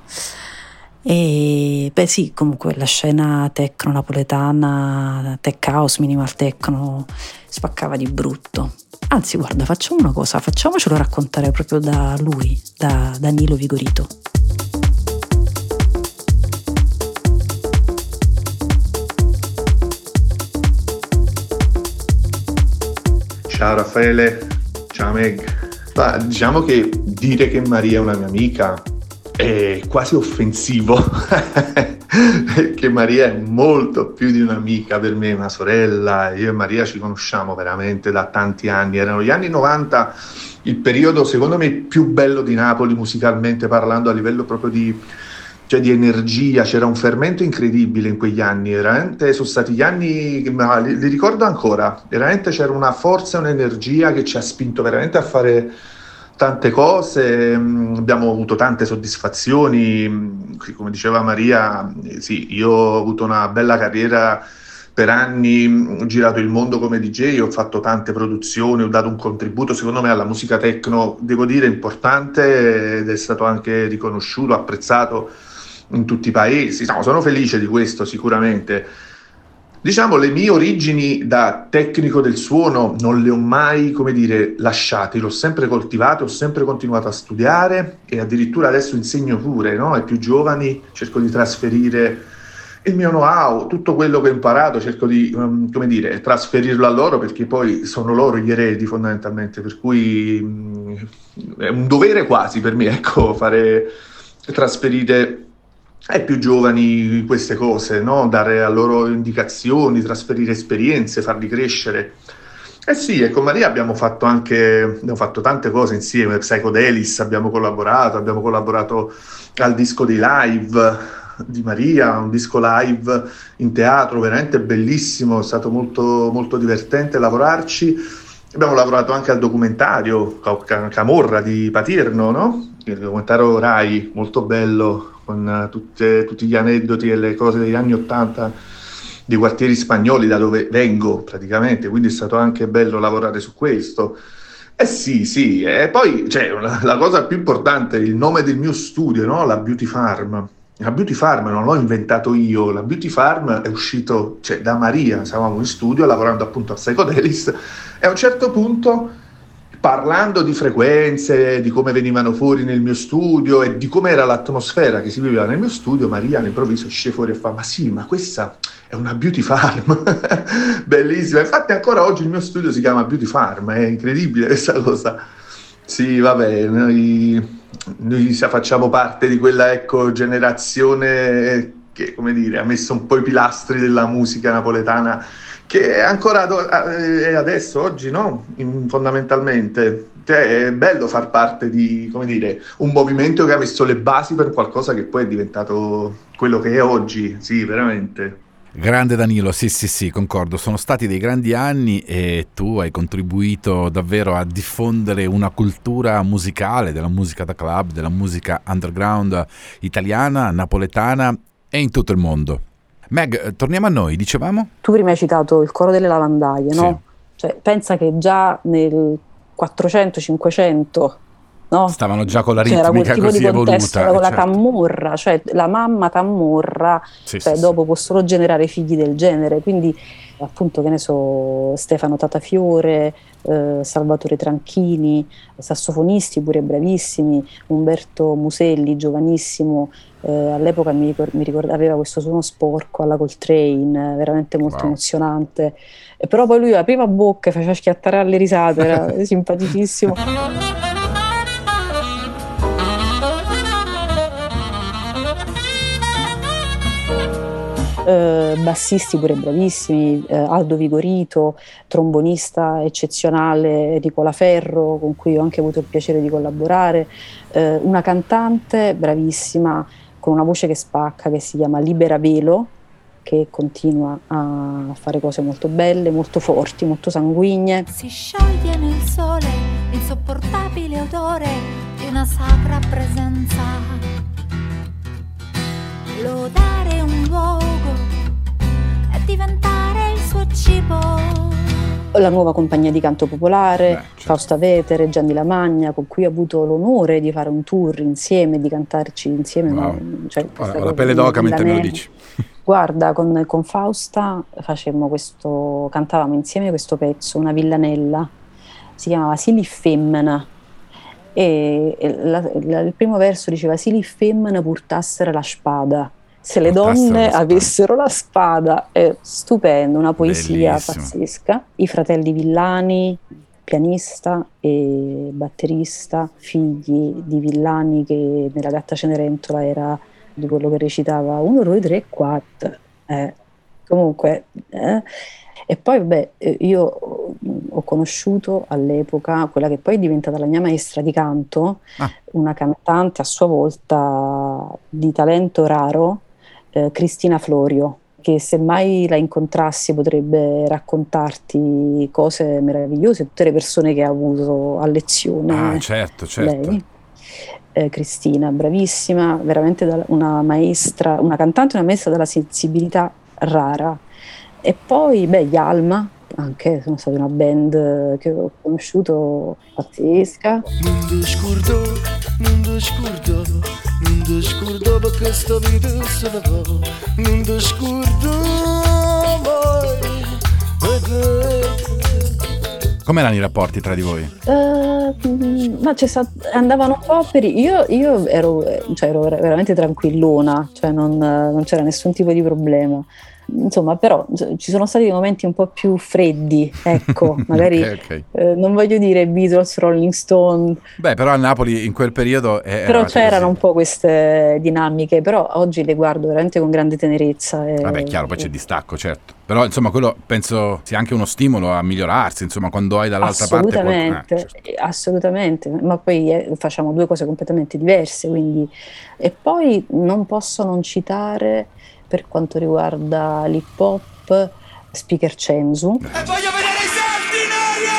E beh sì, comunque la scena techno napoletana, tech house, minimal techno, spaccava di brutto. Anzi, guarda, facciamo una cosa, facciamocelo raccontare proprio da lui, da Danilo Vigorito. Ciao Raffaele, ciao Meg. Ma diciamo che dire che Maria è una mia amica è quasi offensivo, perché Maria è molto più di un'amica per me, una sorella. Io e Maria ci conosciamo veramente da tanti anni, erano gli anni novanta, il periodo secondo me più bello di Napoli musicalmente parlando, a livello proprio di, cioè, di energia. C'era un fermento incredibile in quegli anni, veramente sono stati gli anni, ma li, li ricordo ancora, veramente c'era una forza e un'energia che ci ha spinto veramente a fare tante cose, abbiamo avuto tante soddisfazioni, come diceva Maria, sì, io ho avuto una bella carriera per anni, ho girato il mondo come D J, ho fatto tante produzioni, ho dato un contributo secondo me alla musica techno, devo dire importante, ed è stato anche riconosciuto, apprezzato in tutti i paesi. No, sono felice di questo sicuramente. Diciamo, le mie origini da tecnico del suono non le ho mai, come dire, lasciate, l'ho sempre coltivato, ho sempre continuato a studiare e addirittura adesso insegno pure, no? Ai più giovani cerco di trasferire il mio know-how, tutto quello che ho imparato, cerco di, um, come dire, trasferirlo a loro, perché poi sono loro gli eredi fondamentalmente, per cui um, è un dovere quasi per me, ecco, fare, trasferire ai più giovani queste cose, no? Dare a loro indicazioni, trasferire esperienze, farli crescere. Eh sì, e con Maria abbiamo fatto anche, abbiamo fatto tante cose insieme, Psychodelis abbiamo collaborato, abbiamo collaborato al disco dei live di Maria, un disco live in teatro veramente bellissimo, è stato molto, molto divertente lavorarci. Abbiamo lavorato anche al documentario Camorra di Paterno, no? Il documentario Rai, molto bello, con tutte, tutti gli aneddoti e le cose degli anni Ottanta dei quartieri spagnoli, da dove vengo praticamente, quindi è stato anche bello lavorare su questo. Eh sì, sì, e poi cioè, la, la cosa più importante, il nome del mio studio, no? La Beauty Farm. La Beauty Farm non l'ho inventato io, la Beauty Farm è uscito, cioè, da Maria, stavamo in studio lavorando appunto a Psychodelis e a un certo punto, parlando di frequenze, di come venivano fuori nel mio studio e di come era l'atmosfera che si viveva nel mio studio, Maria all'improvviso esce fuori e fa: ma sì, ma questa è una Beauty Farm. Bellissima, infatti ancora oggi il mio studio si chiama Beauty Farm, è incredibile questa cosa. Sì, vabbè, noi, noi facciamo parte di quella, ecco, generazione che, come dire, ha messo un po' i pilastri della musica napoletana, che è ancora è adesso, oggi, no? In, fondamentalmente. Cioè, è bello far parte di, come dire, un movimento che ha messo le basi per qualcosa che poi è diventato quello che è oggi, sì, veramente. Grande Danilo, sì sì sì, concordo, sono stati dei grandi anni e tu hai contribuito davvero a diffondere una cultura musicale, della musica da club, della musica underground italiana, napoletana e in tutto il mondo. Meg, torniamo a noi, dicevamo? Tu prima hai citato il coro delle lavandaie, no? Sì. Cioè, pensa che già nel quattrocento cinquecento no? Stavano già con la C'era quel ritmica tipo così di contesto evoluta. con la certo. camorra, cioè la mamma camorra, Sì, cioè sì, dopo può solo generare figli del genere, quindi appunto che ne so, Stefano Tatafiore, eh, Salvatore Tranchini, sassofonisti pure bravissimi, Umberto Muselli, giovanissimo, eh, all'epoca mi, ricor- mi ricorda- aveva questo suono sporco alla Coltrane, eh, veramente molto Wow. emozionante, e però poi lui apriva bocca e faceva schiattare alle risate, era simpaticissimo. Eh, bassisti pure bravissimi, eh, Aldo Vigorito, trombonista eccezionale, Nicola Ferro, con cui ho anche avuto il piacere di collaborare, eh, una cantante bravissima con una voce che spacca, che si chiama Libera Velo, che continua a fare cose molto belle, molto forti, molto sanguigne. Si scioglie nel sole l'insopportabile odore di una sacra presenza. Lodare un luogo e diventare il suo cibo. La nuova compagnia di canto popolare, Beh, certo. Fausta Vetere, Gianni Lamagna, con cui ho avuto l'onore di fare un tour insieme, di cantarci insieme. Wow. Ma, cioè, questa Ho la cosa pelle di d'oca mentre me lo Villanelle. dici. Guarda, con, con Fausta facemmo questo, cantavamo insieme questo pezzo, una villanella, si chiamava Sili Femmina, e e la- la- il primo verso diceva Sili Femmina portassero la spada, se le Portassero donne la spada. avessero la spada. È stupendo, una poesia Bellissimo. pazzesca. I fratelli Villani, pianista e batterista, figli di Villani, che nella Gatta Cenerentola era di quello che recitava uno, due, tre, quattro. Eh, comunque, eh. E poi vabbè, eh, io ho conosciuto all'epoca quella che poi è diventata la mia maestra di canto, Ah. una cantante a sua volta di talento raro, eh, Cristina Florio, che se mai la incontrassi potrebbe raccontarti cose meravigliose, tutte le persone che ha avuto a lezione. Ah, certo, certo. Lei. Eh, Cristina, bravissima, veramente da- una maestra, una cantante, una maestra dalla sensibilità rara. E poi, beh, gli Alma, anche sono stata una band che ho conosciuto pazzesca. Non ti scordo, non ti scordo, non ti scordo perché sta vita se ne va. Non ti scordo mai. Com'erano i rapporti tra di voi? Eh, mm, ma c'è stat- andavano un po' per io, io ero, eh, cioè ero ver- veramente tranquillona, cioè non, non c'era nessun tipo di problema. Insomma, però c- ci sono stati dei momenti un po' più freddi, ecco, magari Ok, ok. eh, non voglio dire Beatles, Rolling Stone, Beh, però a Napoli in quel periodo eh, però eravate c'erano così. un po' queste dinamiche, però oggi le guardo veramente con grande tenerezza. E, Vabbè, chiaro, poi c'è distacco, certo. Però, insomma, quello penso sia anche uno stimolo a migliorarsi, insomma, quando hai dall'altra parte qualcuno. Assolutamente, Eh, certo. assolutamente, ma poi eh, facciamo due cose completamente diverse, quindi. E poi non posso non citare, per quanto riguarda l'hip hop, Speaker Censu. E voglio vedere i salti in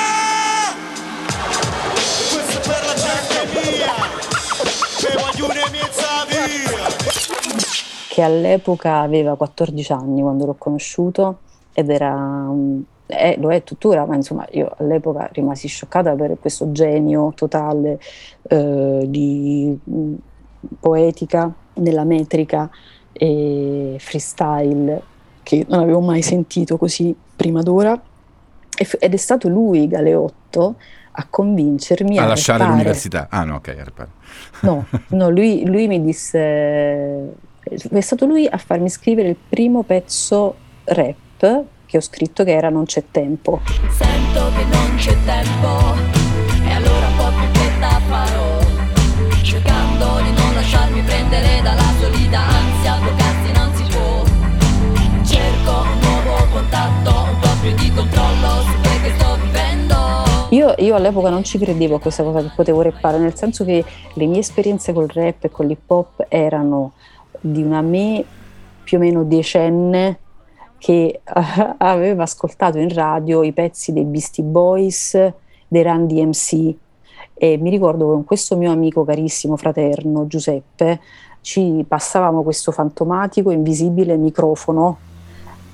aria! Questo è per la gente mia! Che voglio una mezza via! Che all'epoca aveva quattordici anni quando l'ho conosciuto ed era, un- è- lo è tuttora, ma insomma io all'epoca rimasi scioccata per questo genio totale eh, di mh, poetica, nella metrica e freestyle che non avevo mai sentito così prima d'ora. E f- ed è stato lui, Galeotto, a convincermi a, A lasciare rappare. l'università. Ah, no, ok, a rappare. No, no, lui, lui mi disse, è stato lui a farmi scrivere il primo pezzo rap che ho scritto, che era Non c'è tempo. Sento che non c'è tempo e allora un po' più fretta farò, cercando di non lasciarmi prendere dalla solita ansia, bloccarsi non si può. Cerco un nuovo contatto, un po' più di controllo su quel che sto vivendo. Io, io all'epoca non ci credevo a questa cosa che potevo rappare, nel senso che le mie esperienze col rap e con l'hip hop erano di una me più o meno diecenne che eh, aveva ascoltato in radio i pezzi dei Beastie Boys, dei Run D M C, e mi ricordo che con questo mio amico carissimo fraterno Giuseppe ci passavamo questo fantomatico invisibile microfono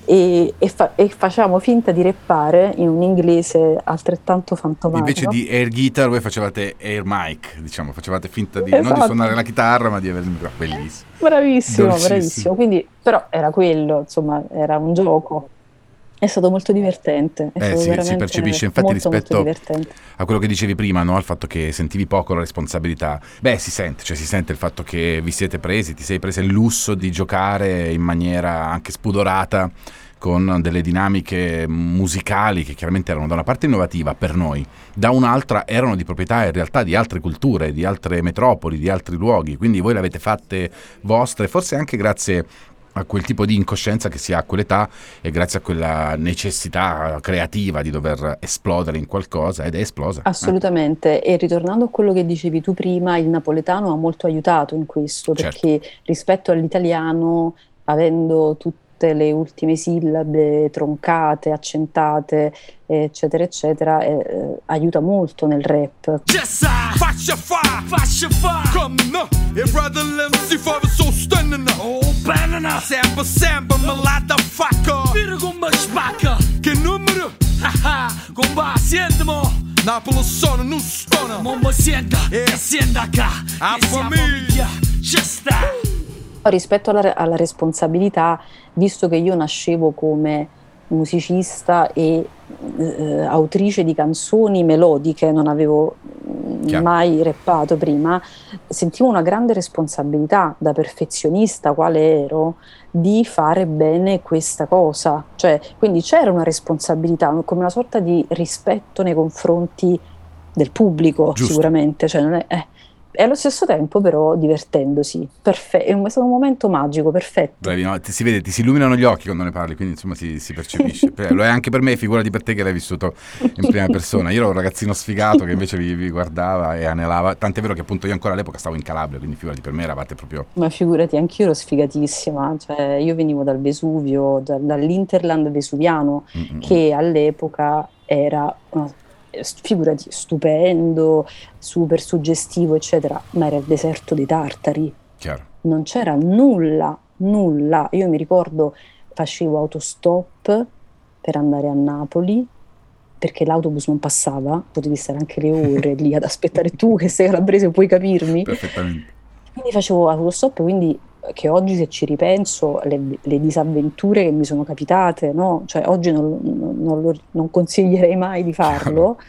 e, e, fa- e facevamo finta di rappare in un inglese altrettanto fantomatico. Invece di air guitar voi facevate air mic, diciamo, facevate finta di Esatto. non di suonare la chitarra ma di avere il microfono. Bellissimo. Bravissimo, Dolcissimo. bravissimo. Quindi, però era quello, insomma, era un gioco. È stato molto divertente. È Eh stato sì, si veramente percepisce, infatti molto, rispetto molto divertente. a quello che dicevi prima, no? Al fatto che sentivi poco la responsabilità, beh si sente, cioè si sente il fatto che vi siete presi, ti sei presa il lusso di giocare in maniera anche spudorata con delle dinamiche musicali che chiaramente erano da una parte innovativa per noi, da un'altra erano di proprietà in realtà di altre culture, di altre metropoli, di altri luoghi, quindi voi le avete fatte vostre, forse anche grazie a quel tipo di incoscienza che si ha a quell'età e grazie a quella necessità creativa di dover esplodere in qualcosa, ed è esplosa. Assolutamente, e ritornando a quello che dicevi tu prima, il napoletano ha molto aiutato in questo, Certo. perché rispetto all'italiano, avendo tutte le ultime sillabe troncate, accentate, eccetera, eccetera, eh, eh, aiuta molto nel rap. Yes, I faccia fa, faccia fa. Come no, e brother l'M C fa so stunning. Oh, banana, sempre sempre me la da facca. Vira con me spacca. Che numero? Haha, con va sientimo. Napoli sono non stona. Mamma sienta, e sienta qua. A famiglia, ci sta. Rispetto alla, alla responsabilità, visto che io nascevo come musicista e eh, autrice di canzoni melodiche, non avevo Chiaro. mai rappato prima, sentivo una grande responsabilità da perfezionista quale ero di fare bene questa cosa, cioè, quindi c'era una responsabilità, come una sorta di rispetto nei confronti del pubblico. Giusto. Sicuramente, cioè non è, eh, e allo stesso tempo però divertendosi. Perfe- è stato un momento magico, perfetto. Bravi, no? Ti si vede, ti si illuminano gli occhi quando ne parli, quindi insomma si, si percepisce. Beh, lo è anche per me, figurati per te che l'hai vissuto in prima persona. Io ero un ragazzino sfigato che invece vi, vi guardava e anelava, tant'è vero che appunto io ancora all'epoca stavo in Calabria, quindi figurati, per me eravate proprio... Ma figurati, anch'io ero sfigatissima, cioè io venivo dal Vesuvio, da- dall'Interland vesuviano, Mm-mm. che all'epoca era, no, figurati, stupendo, super suggestivo, eccetera, ma era il deserto dei Tartari. Chiaro. Non c'era nulla, nulla. Io mi ricordo facevo autostop per andare a Napoli perché l'autobus non passava, potevi stare anche le ore lì ad aspettare, tu che sei calabrese puoi capirmi. Perfettamente. Quindi facevo autostop, quindi che oggi se ci ripenso le, le disavventure che mi sono capitate, no? Cioè oggi non, non- non lo- non consiglierei mai di farlo,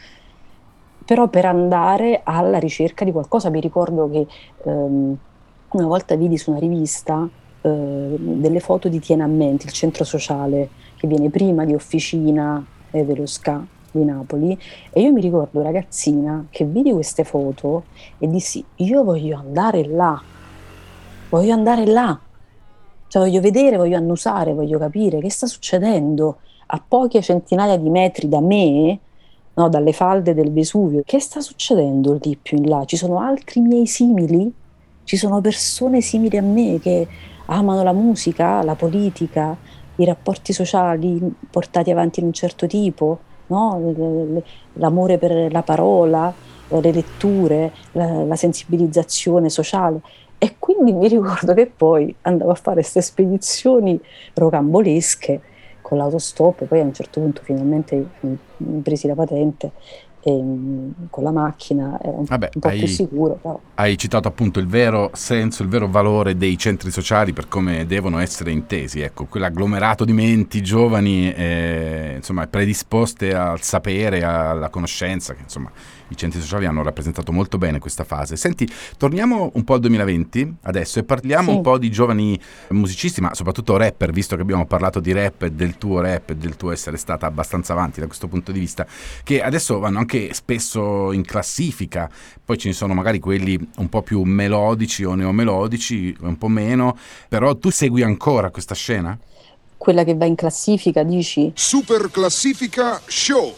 però per andare alla ricerca di qualcosa. Mi ricordo che ehm, una volta vidi su una rivista eh, delle foto di Tienamenti, il centro sociale che viene prima di Officina e dello S C A di Napoli, e io mi ricordo ragazzina che vidi queste foto e dissi io voglio andare là, voglio andare là, cioè voglio vedere, voglio annusare, voglio capire che sta succedendo a poche centinaia di metri da me, no, dalle falde del Vesuvio. Che sta succedendo lì più in là? Ci sono altri miei simili? Ci sono persone simili a me che amano la musica, la politica, i rapporti sociali portati avanti in un certo tipo, no? L- l- L'amore per la parola, le letture, la, la sensibilizzazione sociale. E quindi mi ricordo che poi andavo a fare queste spedizioni rocambolesche con l'autostop, poi a un certo punto finalmente mi presi la patente e, mm, con la macchina era un, Vabbè, un po' hai- più sicuro, però. Hai citato appunto il vero senso, il vero valore dei centri sociali per come devono essere intesi, ecco, quell'agglomerato di menti giovani, eh, insomma, predisposte al sapere, alla conoscenza, che insomma i centri sociali hanno rappresentato molto bene questa fase. Senti, torniamo un po' al duemilaventi adesso e parliamo Sì. un po' di giovani musicisti, ma soprattutto rapper, visto che abbiamo parlato di rap e del tuo rap e del tuo essere stata abbastanza avanti da questo punto di vista, che adesso vanno anche spesso in classifica. Poi ce ne sono magari quelli un po' più melodici o neomelodici, un po' meno, però tu segui ancora questa scena? Quella che va in classifica, dici? Super Classifica Show.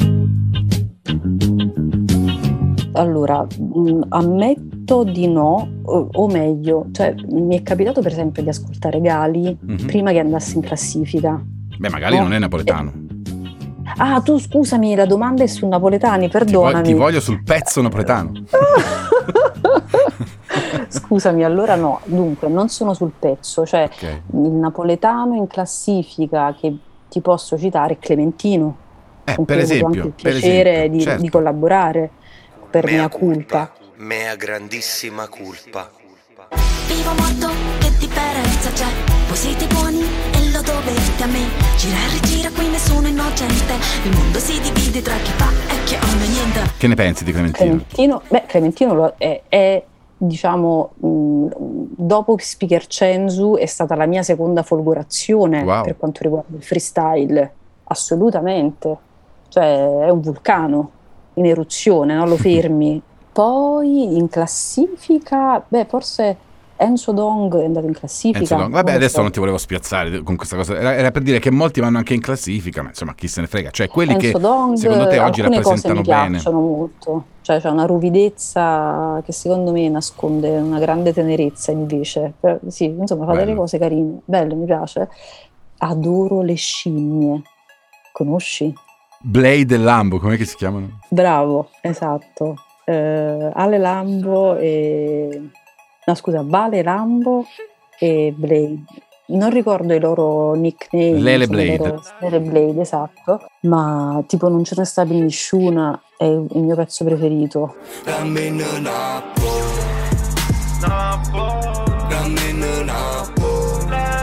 Allora, mh, ammetto di no, o, o meglio, cioè mi è capitato per esempio di ascoltare Gali Mhm. prima che andasse in classifica. Beh, magari No. non è napoletano. Ah, tu scusami, la domanda è su napoletani, Ti, vo- perdonami. ti voglio sul pezzo napoletano. scusami, allora no, dunque non sono sul pezzo, cioè Ok. il napoletano in classifica che ti posso citare è Clementino, Eh, con per cui ho avuto anche esempio, il per piacere esempio, di, certo. di collaborare per mia culpa. Mea grandissima culpa. Vivo morto, che differenza c'è? Voi siete buoni e lo dovete a me. Gira e rigira, qui nessuno è innocente. Il mondo si divide tra chi fa e chi non è niente. Che ne pensi di Clementino? Clementino, beh, Clementino lo- è, è, diciamo, mh, dopo Speaker Censu è stata la mia seconda folgorazione Wow. per quanto riguarda il freestyle, assolutamente. Cioè è un vulcano in eruzione, non lo fermi. Poi in classifica, beh, forse Enzo Dong è andato in classifica. Enzo Dong. Vabbè, non lo adesso so. non ti volevo spiazzare con questa cosa, era, era per dire che molti vanno anche in classifica, ma insomma chi se ne frega, cioè quelli Enzo che Dong, secondo te oggi alcune cose rappresentano mi bene. piacciono molto, cioè c'è una ruvidezza che secondo me nasconde una grande tenerezza invece. Per- sì, insomma, fa delle Bello. cose carine, belle, mi piace. Adoro le scimmie, conosci? Blade e Lambo, com'è che si chiamano? Bravo, esatto. Eh, Ale Lambo e... no scusa, Vale Lambo e Blade. Non ricordo i loro nickname. Lele insomma, i Blade. loro- Lele Blade, esatto. Ma tipo Non ce ne sta più nessuna è il mio pezzo preferito. Rammina Napo, rammina Napo,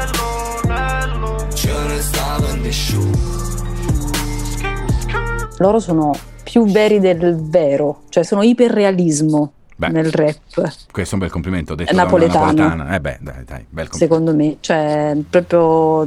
ce ne stava nessuno. Loro sono più veri del vero, cioè sono iperrealismo Beh. nel rap, Questo è un bel complimento, detto È da una napoletano. napoletana. Eh beh, dai, dai, bel complimento. secondo me. Cioè proprio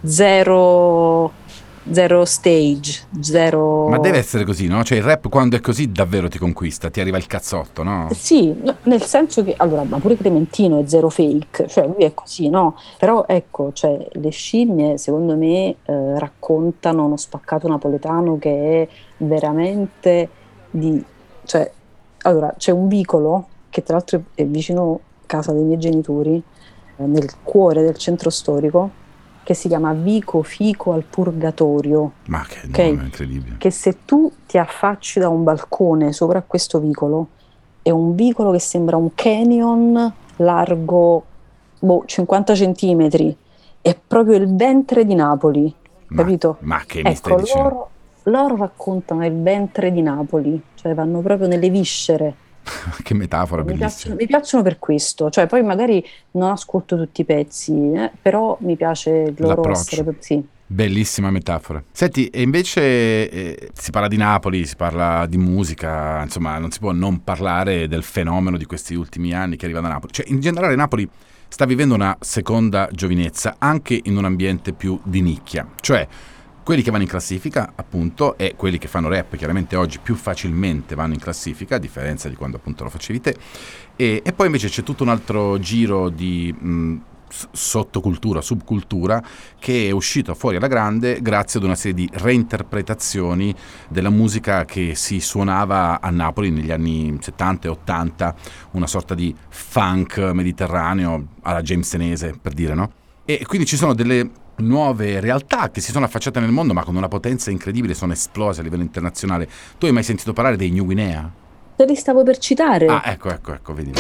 zero, zero stage, zero... Ma deve essere così, no? Cioè il rap quando è così davvero ti conquista, ti arriva il cazzotto, no? Sì, no, nel senso che, allora, ma pure Clementino è zero fake, cioè lui è così, no? Però ecco, cioè, le scimmie secondo me eh, raccontano uno spaccato napoletano che è veramente di... Cioè, allora, c'è un vicolo che tra l'altro è vicino a casa dei miei genitori, eh, nel cuore del centro storico, che si chiama Vico Fico al Purgatorio. Ma che Ok? nome incredibile. Che se tu ti affacci da un balcone sopra questo vicolo, è un vicolo che sembra un canyon largo boh, cinquanta centimetri, è proprio il ventre di Napoli, Ma- capito? Ma che mi stai Ecco, dicendo? loro, loro raccontano il ventre di Napoli, cioè vanno proprio nelle viscere. Che metafora Mi bellissima. piacciono, mi piacciono per questo, cioè poi magari non ascolto tutti i pezzi, eh, però mi piace il loro L'approccio. essere proprio- sì. Bellissima metafora. Senti, e invece eh, si parla di Napoli, si parla di musica, insomma, non si può non parlare del fenomeno di questi ultimi anni che arriva da Napoli. Cioè, in generale Napoli sta vivendo una seconda giovinezza anche in un ambiente più di nicchia. Cioè, quelli che vanno in classifica, appunto, e quelli che fanno rap, chiaramente oggi più facilmente vanno in classifica, a differenza di quando appunto lo facevi te. E, e poi invece c'è tutto un altro giro di mh, s- sottocultura, subcultura, che è uscito fuori alla grande grazie ad una serie di reinterpretazioni della musica che si suonava a Napoli negli anni settanta e ottanta, una sorta di funk mediterraneo alla James Senese, per dire, no? E quindi ci sono delle nuove realtà che si sono affacciate nel mondo, ma con una potenza incredibile, sono esplose a livello internazionale. Tu hai mai sentito parlare dei New Guinea? Te li stavo per citare. Ah, ecco, ecco, ecco, vedi.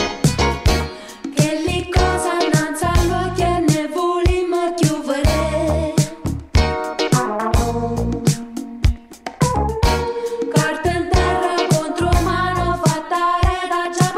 Che li cosa non salvo che ne volimo chiudere. Carta in terra contro mano fatta da già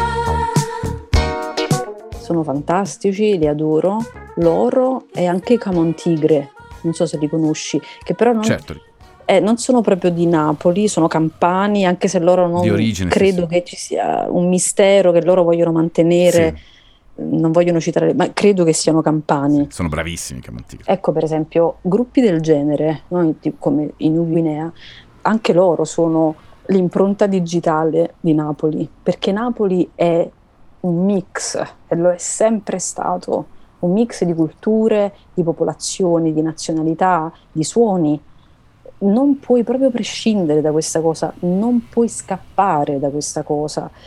passare. Sono fantastici, li adoro, loro e anche i Camon Tigre, non so se li conosci, che però non, Certo, eh, non sono proprio di Napoli, sono campani, anche se loro non Di origine, sì, credo sì. che ci sia un mistero che loro vogliono mantenere, non vogliono citare, ma credo che siano campani. sono bravissimi i Camon Tigre. Ecco, per esempio, gruppi del genere, no? Tipo come i New Guinea, anche loro sono l'impronta digitale di Napoli, perché Napoli è un mix, e lo è sempre stato, un mix di culture, di popolazioni, di nazionalità, di suoni. Non puoi proprio prescindere da questa cosa, non puoi scappare da questa cosa.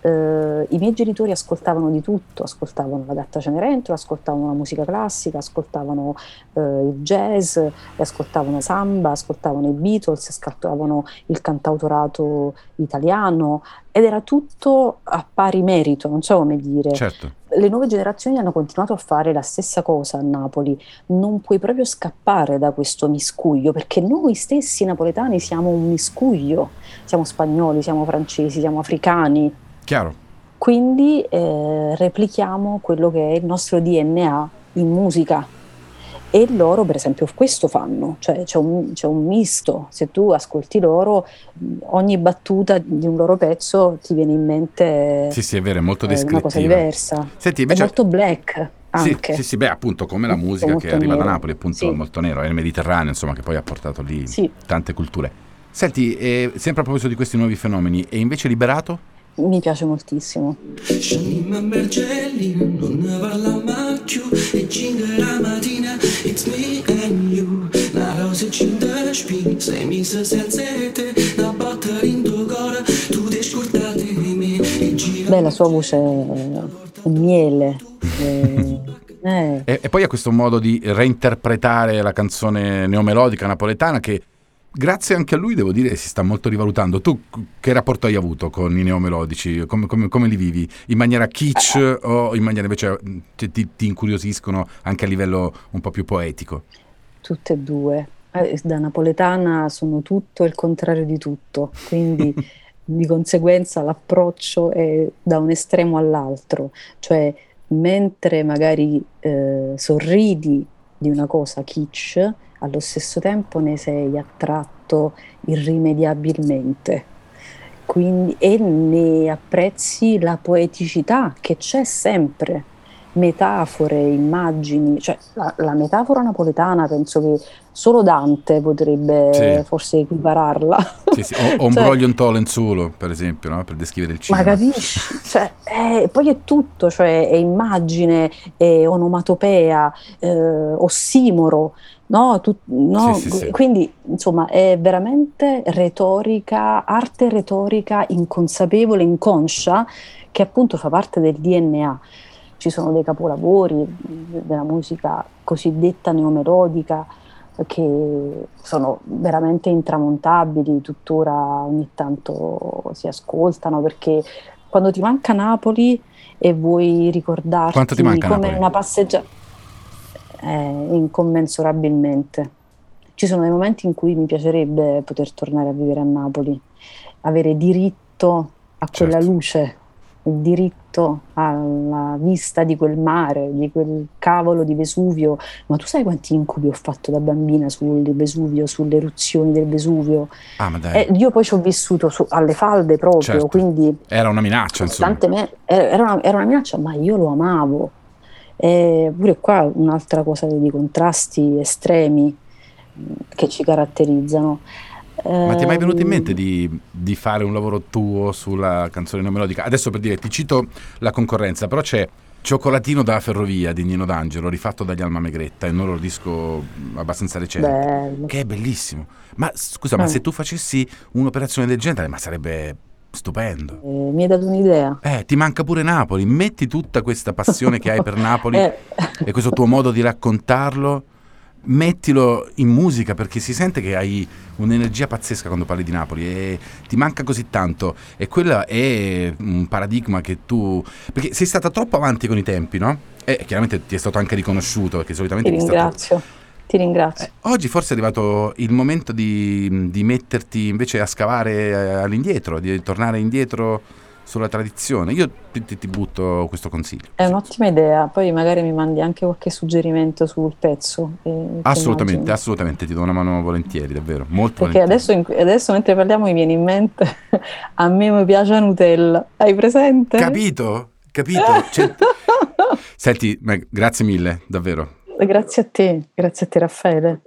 eh, i miei genitori ascoltavano di tutto, ascoltavano la Gatta Cenerentola, ascoltavano la musica classica, ascoltavano eh, il jazz, ascoltavano samba, ascoltavano i Beatles, ascoltavano il cantautorato italiano, ed era tutto a pari merito, non so come dire. Certo. Le nuove generazioni hanno continuato a fare la stessa cosa a Napoli. Non puoi proprio scappare da questo miscuglio, perché noi stessi napoletani siamo un miscuglio, siamo spagnoli, siamo francesi, siamo africani. Chiaro. Quindi eh, replichiamo quello che è il nostro D N A in musica. E loro per esempio questo fanno, cioè c'è un, c'è un misto. Se tu ascolti loro, ogni battuta di un loro pezzo ti viene in mente Sì, sì, è vero, è molto descrittiva. una cosa diversa. Senti, invece... È molto black anche. Sì, sì, sì, beh, appunto come la Molto, musica molto che arriva nero. da Napoli, appunto Sì. molto nero, è il Mediterraneo, insomma, che poi ha portato lì Sì. tante culture. Senti, eh, sempre a proposito di questi nuovi fenomeni, e invece Liberato? Mi piace moltissimo. Scendiamo Bergellina, non ne parla mai più. E cinque la mattina, it's me and you. La rosa cinta spina, sei messa senza te. La botta in tuo cuore, tu ti scordate di me. E gira. Beh, la sua voce è miele. eh, eh. E, e poi ha questo modo di reinterpretare la canzone neomelodica napoletana che, grazie anche a lui, devo dire, si sta molto rivalutando. Tu che rapporto hai avuto con i neomelodici? Come, come, come li vivi? In maniera kitsch o in maniera invece ti, ti, ti incuriosiscono anche a livello un po' più poetico? Tutte e due. Eh, Da napoletana sono tutto e il contrario di tutto, quindi di conseguenza l'approccio è da un estremo all'altro, cioè mentre magari eh, sorridi di una cosa kitsch, allo stesso tempo ne sei attratto irrimediabilmente. Quindi, e ne apprezzi la poeticità che c'è sempre, metafore, immagini, cioè la, la metafora napoletana penso che solo Dante potrebbe Sì. forse equipararla. Sì, sì. O, o un Cioè, broglio in to lenzuolo, per esempio, no? Per descrivere il ma cinema. capisci? Cioè, eh, poi è tutto, cioè è immagine, è onomatopea, eh, ossimoro, no? Tu- no? Sì, sì, sì. Quindi insomma è veramente retorica, arte retorica inconsapevole, inconscia, che appunto fa parte del D N A. Ci sono dei capolavori della musica cosiddetta neomelodica che sono veramente intramontabili, tuttora ogni tanto si ascoltano, perché quando ti manca Napoli e vuoi ricordarti Quanto ti manca come Napoli? una passeggiata, eh, incommensurabilmente. Ci sono dei momenti in cui mi piacerebbe poter tornare a vivere a Napoli, avere diritto a quella Certo. luce, il diritto alla vista di quel mare, di quel cavolo di Vesuvio. Ma tu sai quanti incubi ho fatto da bambina sul Vesuvio, sulle eruzioni del Vesuvio? Ah, ma dai. Eh, io poi ci ho vissuto su- alle falde proprio, Certo. quindi Era una minaccia, insomma. costantemente era una, era una minaccia, ma io lo amavo. E pure qua un'altra cosa di contrasti estremi mh, che ci caratterizzano. Ma ti è mai venuto in Ehm, mente di, di fare un lavoro tuo sulla canzone neomelodica? Adesso, per dire, ti cito la concorrenza, però c'è Cioccolatino dalla ferrovia di Nino D'Angelo, rifatto dagli Alma Megretta, è un loro disco abbastanza recente, Bello. che è bellissimo. Ma scusa, ma Eh. se tu facessi un'operazione del genere, ma sarebbe stupendo. Eh, mi hai dato un'idea. Eh, ti manca pure Napoli, metti tutta questa passione che hai per Napoli Eh. e questo tuo modo di raccontarlo, mettilo in musica, perché si sente che hai un'energia pazzesca quando parli di Napoli e ti manca così tanto, e quello è un paradigma che tu, perché sei stata troppo avanti con i tempi, no? E chiaramente ti è stato anche riconosciuto, perché solitamente Ti chi sta tro- ringrazio, ti ringrazio. oggi forse è arrivato il momento di, di metterti invece a scavare eh, all'indietro, di tornare indietro sulla tradizione. Io ti, ti- ti butto questo consiglio. È un'ottima idea, poi magari mi mandi anche qualche suggerimento sul pezzo. eh, che Assolutamente, immagino. assolutamente, ti do una mano volentieri, davvero, molto Perché volentieri. adesso, in- adesso mentre parliamo mi viene in mente, a me mi piace la Nutella, hai presente? Capito? Capito? Cioè- Senti, Meg, grazie mille, davvero. Grazie a te, grazie a te Raffaele.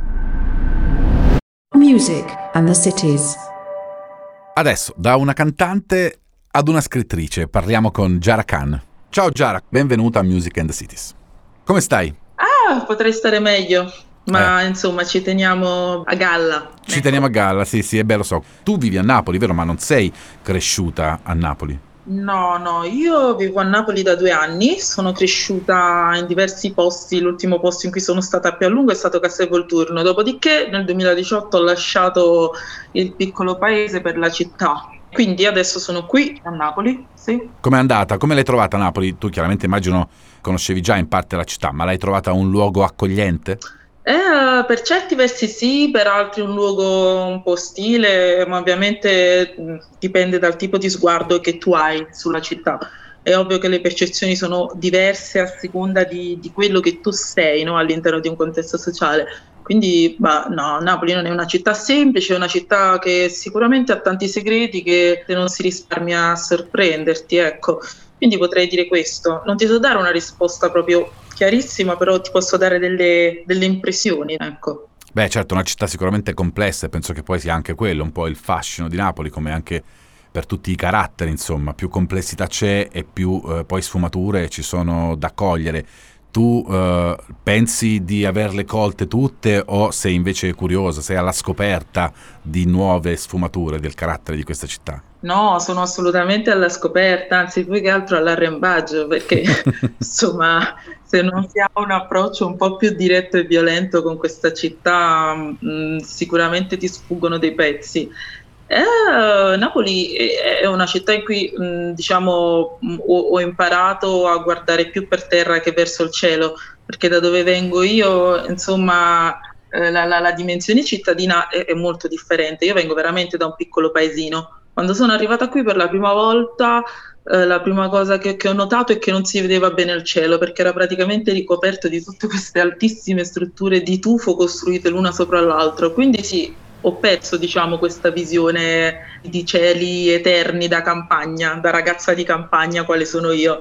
Music and the Cities. Adesso, da una cantante ad una scrittrice, parliamo con Jara Khan. Ciao Jara, benvenuta a Music and the Cities. Come stai? Ah, potrei stare meglio, ma insomma ci teniamo a galla. Ci teniamo a galla, sì, sì, è bello, so. Tu vivi a Napoli, vero? Ma non sei cresciuta a Napoli? No, no, io vivo a Napoli da due anni, sono cresciuta in diversi posti, l'ultimo posto in cui sono stata più a lungo è stato Castelvolturno, dopodiché nel duemiladiciotto ho lasciato il piccolo paese per la città, quindi adesso sono qui a Napoli, sì. Com'è andata? Come l'hai trovata Napoli? Tu chiaramente immagino conoscevi già in parte la città, ma l'hai trovata un luogo accogliente? Eh, per certi versi sì, per altri un luogo un po' ostile, ma ovviamente mh, dipende dal tipo di sguardo che tu hai sulla città. È ovvio che le percezioni sono diverse a seconda di, di quello che tu sei, no, all'interno di un contesto sociale. Quindi, bah, no, Napoli non è una città semplice, è una città che sicuramente ha tanti segreti che non si risparmia a sorprenderti, ecco. Quindi potrei dire questo. Non ti so dare una risposta proprio chiarissima, però ti posso dare delle, delle impressioni, ecco. Beh, certo, una città sicuramente complessa e penso che poi sia anche quello un po' il fascino di Napoli, come anche per tutti i caratteri, insomma, più complessità c'è e più eh, poi sfumature ci sono da cogliere. Tu eh, pensi di averle colte tutte o sei invece curiosa, sei alla scoperta di nuove sfumature del carattere di questa città? No, sono assolutamente alla scoperta, anzi più che altro all'arrembaggio, perché insomma se non si ha un approccio un po' più diretto e violento con questa città mh, sicuramente ti sfuggono dei pezzi. Eh, Napoli è una città in cui mh, diciamo mh, ho, ho imparato a guardare più per terra che verso il cielo, perché da dove vengo io, insomma, eh, la, la, la dimensione cittadina è, è molto differente. Io vengo veramente da un piccolo paesino. Quando sono arrivata qui per la prima volta, eh, la prima cosa che, che ho notato è che non si vedeva bene il cielo, perché era praticamente ricoperto di tutte queste altissime strutture di tufo costruite l'una sopra l'altra. Quindi sì, ho perso, diciamo, questa visione di cieli eterni da campagna, da ragazza di campagna quale sono io.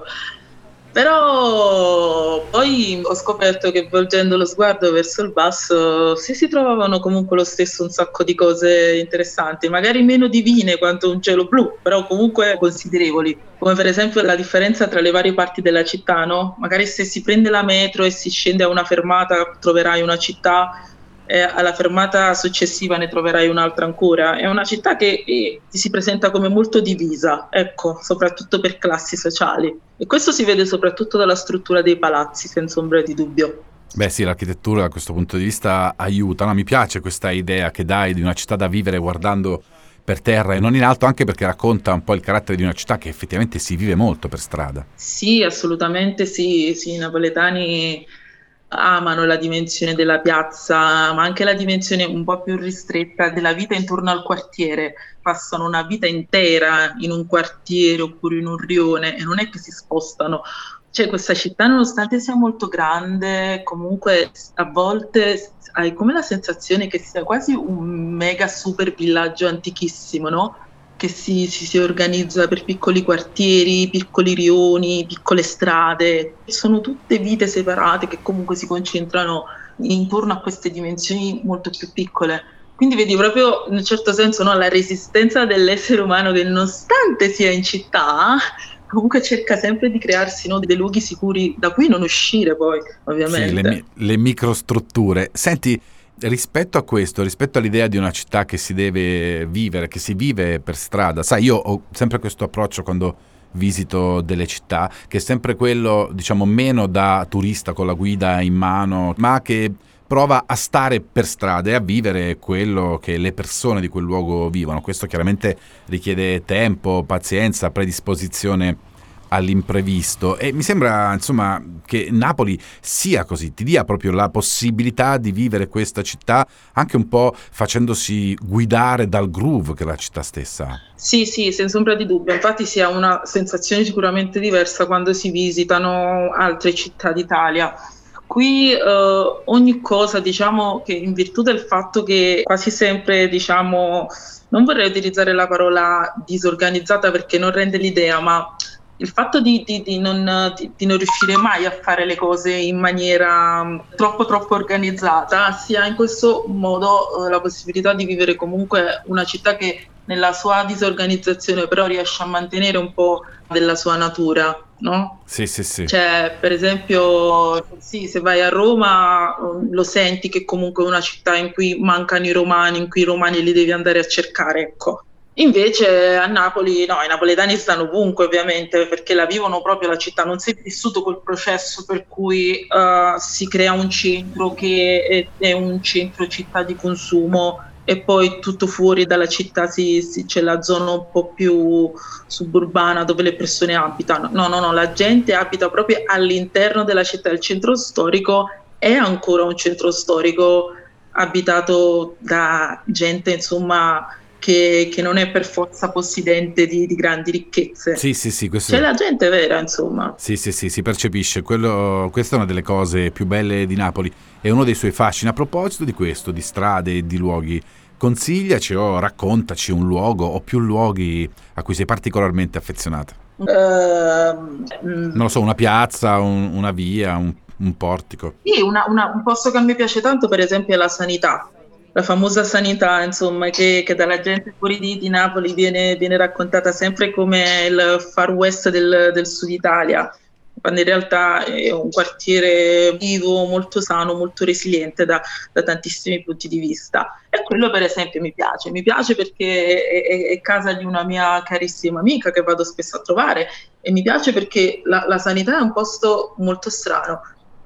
Però poi ho scoperto che volgendo lo sguardo verso il basso sì, si trovavano comunque lo stesso un sacco di cose interessanti, magari meno divine quanto un cielo blu, però comunque considerevoli, come per esempio la differenza tra le varie parti della città, no? Magari se si prende la metro e si scende a una fermata troverai una città, e alla fermata successiva ne troverai un'altra ancora. È una città che eh, ti si presenta come molto divisa, ecco, soprattutto per classi sociali, e questo si vede soprattutto dalla struttura dei palazzi, senza ombra di dubbio. Beh sì, l'architettura da questo punto di vista aiuta, no? Mi piace questa idea che dai di una città da vivere guardando per terra e non in alto, anche perché racconta un po' il carattere di una città che effettivamente si vive molto per strada. Sì, assolutamente sì, sì, i napoletani amano la dimensione della piazza, ma anche la dimensione un po' più ristretta della vita intorno al quartiere. Passano una vita intera in un quartiere oppure in un rione e non è che si spostano. Cioè, questa città, nonostante sia molto grande, comunque a volte hai come la sensazione che sia quasi un mega super villaggio antichissimo, no? Che si, si, si organizza per piccoli quartieri, piccoli rioni, piccole strade. Sono tutte vite separate che comunque si concentrano intorno a queste dimensioni molto più piccole. Quindi vedi proprio in un certo senso, no, la resistenza dell'essere umano che nonostante sia in città comunque cerca sempre di crearsi, no, dei luoghi sicuri da cui non uscire poi, ovviamente. Sì, le, le microstrutture. Senti, rispetto a questo, rispetto all'idea di una città che si deve vivere, che si vive per strada, sai, io ho sempre questo approccio quando visito delle città, che è sempre quello, diciamo, meno da turista con la guida in mano, ma che prova a stare per strada e a vivere quello che le persone di quel luogo vivono. Questo chiaramente richiede tempo, pazienza, predisposizione all'imprevisto, e mi sembra, insomma, che Napoli sia così, ti dia proprio la possibilità di vivere questa città anche un po' facendosi guidare dal groove che la città stessa ha. Sì, sì, senza ombra di dubbio. Infatti si ha una sensazione sicuramente diversa quando si visitano altre città d'Italia. Qui eh, ogni cosa, diciamo che in virtù del fatto che quasi sempre, diciamo, non vorrei utilizzare la parola disorganizzata perché non rende l'idea, ma il fatto di, di, di, non, di, di non riuscire mai a fare le cose in maniera troppo troppo organizzata, si ha in questo modo eh, la possibilità di vivere comunque una città che nella sua disorganizzazione però riesce a mantenere un po' della sua natura, no? Sì, sì, sì. Cioè, per esempio, sì, se vai a Roma lo senti che comunque è una città in cui mancano i romani, in cui i romani li devi andare a cercare, ecco. Invece a Napoli, no, i napoletani stanno ovunque ovviamente perché la vivono proprio la città, non si è vissuto quel processo per cui uh, si crea un centro che è, è un centro città di consumo e poi tutto fuori dalla città si, si, c'è la zona un po' più suburbana dove le persone abitano. No, no, no, la gente abita proprio all'interno della città, il centro storico è ancora un centro storico abitato da gente, insomma, Che, che non è per forza possidente di, di grandi ricchezze. Sì, sì, sì. Questo... C'è la gente vera, insomma. Sì, sì, sì, si percepisce. Quello, questa è una delle cose più belle di Napoli. È uno dei suoi fascini. A proposito di questo, di strade e di luoghi, consigliaci o raccontaci un luogo o più luoghi a cui sei particolarmente affezionata. Uh, non lo so, una piazza, un, una via, un, un portico. Sì, una, una, un posto che a me piace tanto, per esempio, è la Sanità. La famosa Sanità, insomma, che, che dalla gente fuori di, di Napoli viene, viene raccontata sempre come il Far West del, del Sud Italia, quando in realtà è un quartiere vivo, molto sano, molto resiliente da, da tantissimi punti di vista. E quello per esempio mi piace, mi piace perché è, è, è casa di una mia carissima amica che vado spesso a trovare e mi piace perché la, la Sanità è un posto molto strano.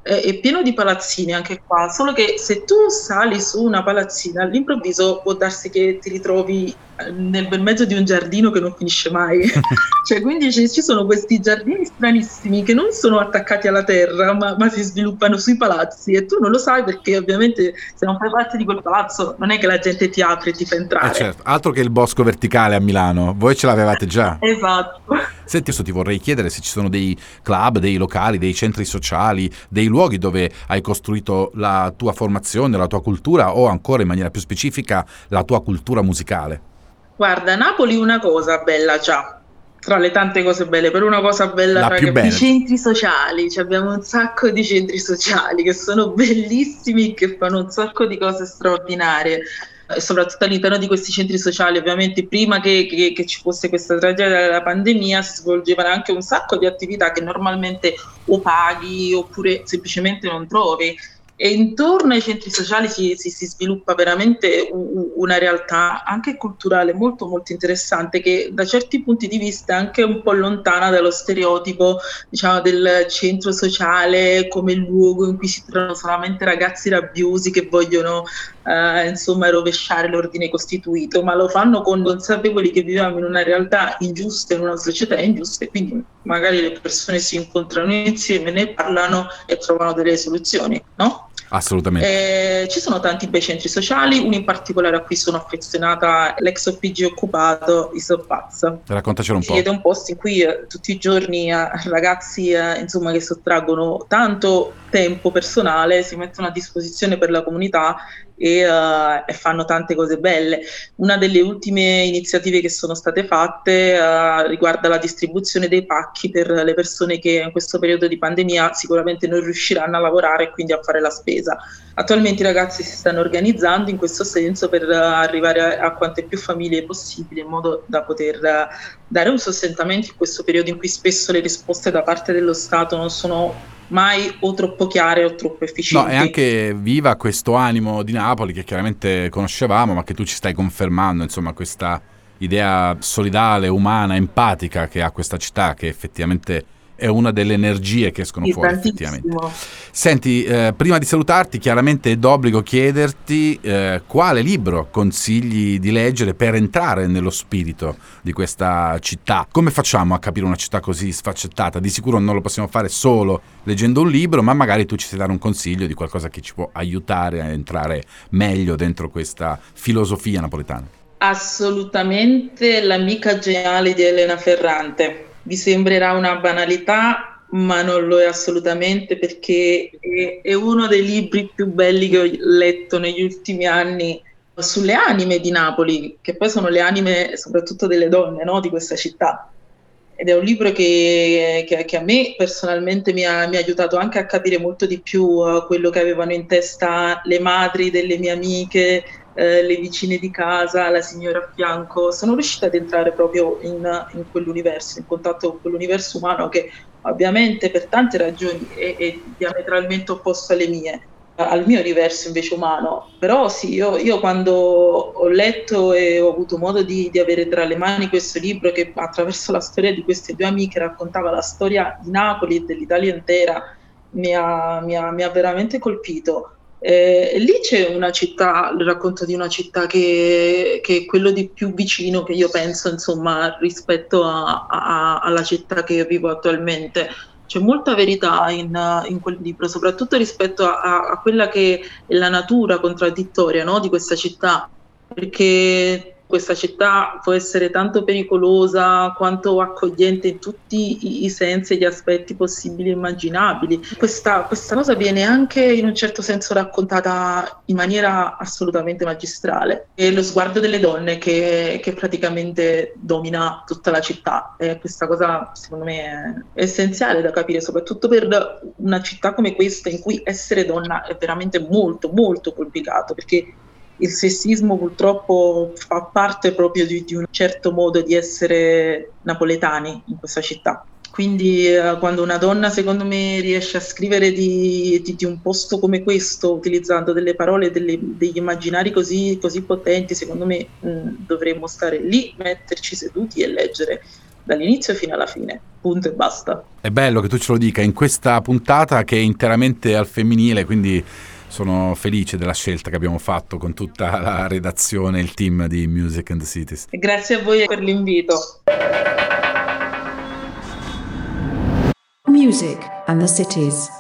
È pieno di palazzine anche qua, solo che se tu sali su una palazzina all'improvviso può darsi che ti ritrovi nel bel mezzo di un giardino che non finisce mai. Cioè, quindi ci, ci sono questi giardini stranissimi che non sono attaccati alla terra ma, ma si sviluppano sui palazzi e tu non lo sai perché ovviamente se non fai parte di quel palazzo non è che la gente ti apre e ti fa entrare. Eh certo, altro che il bosco verticale a Milano, voi ce l'avevate già. Esatto. Senti, adesso ti vorrei chiedere se ci sono dei club, dei locali, dei centri sociali, dei luoghi dove hai costruito la tua formazione, la tua cultura o ancora in maniera più specifica la tua cultura musicale. Guarda, Napoli una cosa bella già, tra le tante cose belle, per una cosa bella La tra più che bella. i centri sociali, cioè abbiamo un sacco di centri sociali che sono bellissimi, che fanno un sacco di cose straordinarie. E soprattutto all'interno di questi centri sociali, ovviamente prima che, che, che ci fosse questa tragedia della pandemia si svolgevano anche un sacco di attività che normalmente o paghi oppure semplicemente non trovi. E intorno ai centri sociali si, si, si sviluppa veramente u, una realtà anche culturale molto molto interessante che da certi punti di vista è anche un po' lontana dallo stereotipo, diciamo, del centro sociale come luogo in cui si trovano solamente ragazzi rabbiosi che vogliono eh, insomma rovesciare l'ordine costituito, ma lo fanno con consapevoli che viviamo in una realtà ingiusta, in una società ingiusta e quindi magari le persone si incontrano insieme, ne parlano e trovano delle soluzioni, no? Assolutamente. Eh, ci sono tanti bei centri sociali, uno in particolare a cui sono affezionata, l'ex O P G occupato i Soppazza. Raccontacelo un po'. Ed è un posto in cui eh, tutti i giorni eh, ragazzi eh, insomma, che sottraggono tanto tempo personale si mettono a disposizione per la comunità e, uh, e fanno tante cose belle. Una delle ultime iniziative che sono state fatte uh, riguarda la distribuzione dei pacchi per le persone che in questo periodo di pandemia sicuramente non riusciranno a lavorare e quindi a fare la spesa. Attualmente i ragazzi si stanno organizzando in questo senso per uh, arrivare a, a quante più famiglie possibile in modo da poter uh, dare un sostentamento in questo periodo in cui spesso le risposte da parte dello Stato non sono mai o troppo chiare o troppo efficienti. No, e anche viva questo animo di Napoli che chiaramente conoscevamo, ma che tu ci stai confermando, insomma, questa idea solidale, umana, empatica che ha questa città, che effettivamente è una delle energie che escono Sì, fuori tantissimo. effettivamente. Senti, eh, prima di salutarti, chiaramente è d'obbligo chiederti eh, quale libro consigli di leggere per entrare nello spirito di questa città. Come facciamo a capire una città così sfaccettata? Di sicuro non lo possiamo fare solo leggendo un libro, ma magari tu ci sai dare un consiglio di qualcosa che ci può aiutare a entrare meglio dentro questa filosofia napoletana. Assolutamente L'amica geniale di Elena Ferrante. Vi sembrerà una banalità, ma non lo è assolutamente perché è, è uno dei libri più belli che ho letto negli ultimi anni sulle anime di Napoli, che poi sono le anime soprattutto delle donne, no, di questa città. Ed è un libro che, che, che a me personalmente mi ha, mi ha aiutato anche a capire molto di più uh, quello che avevano in testa le madri delle mie amiche, eh, le vicine di casa, la signora a fianco. Sono riuscita ad entrare proprio in, in quell'universo, in contatto con quell'universo umano che ovviamente per tante ragioni è, è diametralmente opposto alle mie, al mio universo invece umano. Però sì, io, io quando ho letto e ho avuto modo di, di avere tra le mani questo libro che attraverso la storia di queste due amiche raccontava la storia di Napoli e dell'Italia intera, mi ha, mi ha, mi ha veramente colpito. Eh, e lì c'è una città, il racconto di una città che, che è quello di più vicino che io penso, insomma, rispetto a, a, alla città che vivo attualmente. C'è molta verità in, in quel libro, soprattutto rispetto a, a quella che è la natura contraddittoria, no, di questa città, perché questa città può essere tanto pericolosa quanto accogliente in tutti i, i sensi e gli aspetti possibili e immaginabili. Questa, questa cosa viene anche in un certo senso raccontata in maniera assolutamente magistrale. È lo sguardo delle donne che, che praticamente domina tutta la città. E questa cosa secondo me è essenziale da capire, soprattutto per una città come questa in cui essere donna è veramente molto molto complicato, perché il sessismo purtroppo fa parte proprio di, di un certo modo di essere napoletani in questa città. Quindi eh, quando una donna secondo me riesce a scrivere di, di, di un posto come questo, utilizzando delle parole, delle, degli immaginari così, così potenti, secondo me mh, dovremmo stare lì, metterci seduti e leggere dall'inizio fino alla fine, punto e basta. È bello che tu ce lo dica in questa puntata che è interamente al femminile, quindi sono felice della scelta che abbiamo fatto con tutta la redazione e il team di Music and the Cities. Grazie a voi per l'invito. Music and the Cities.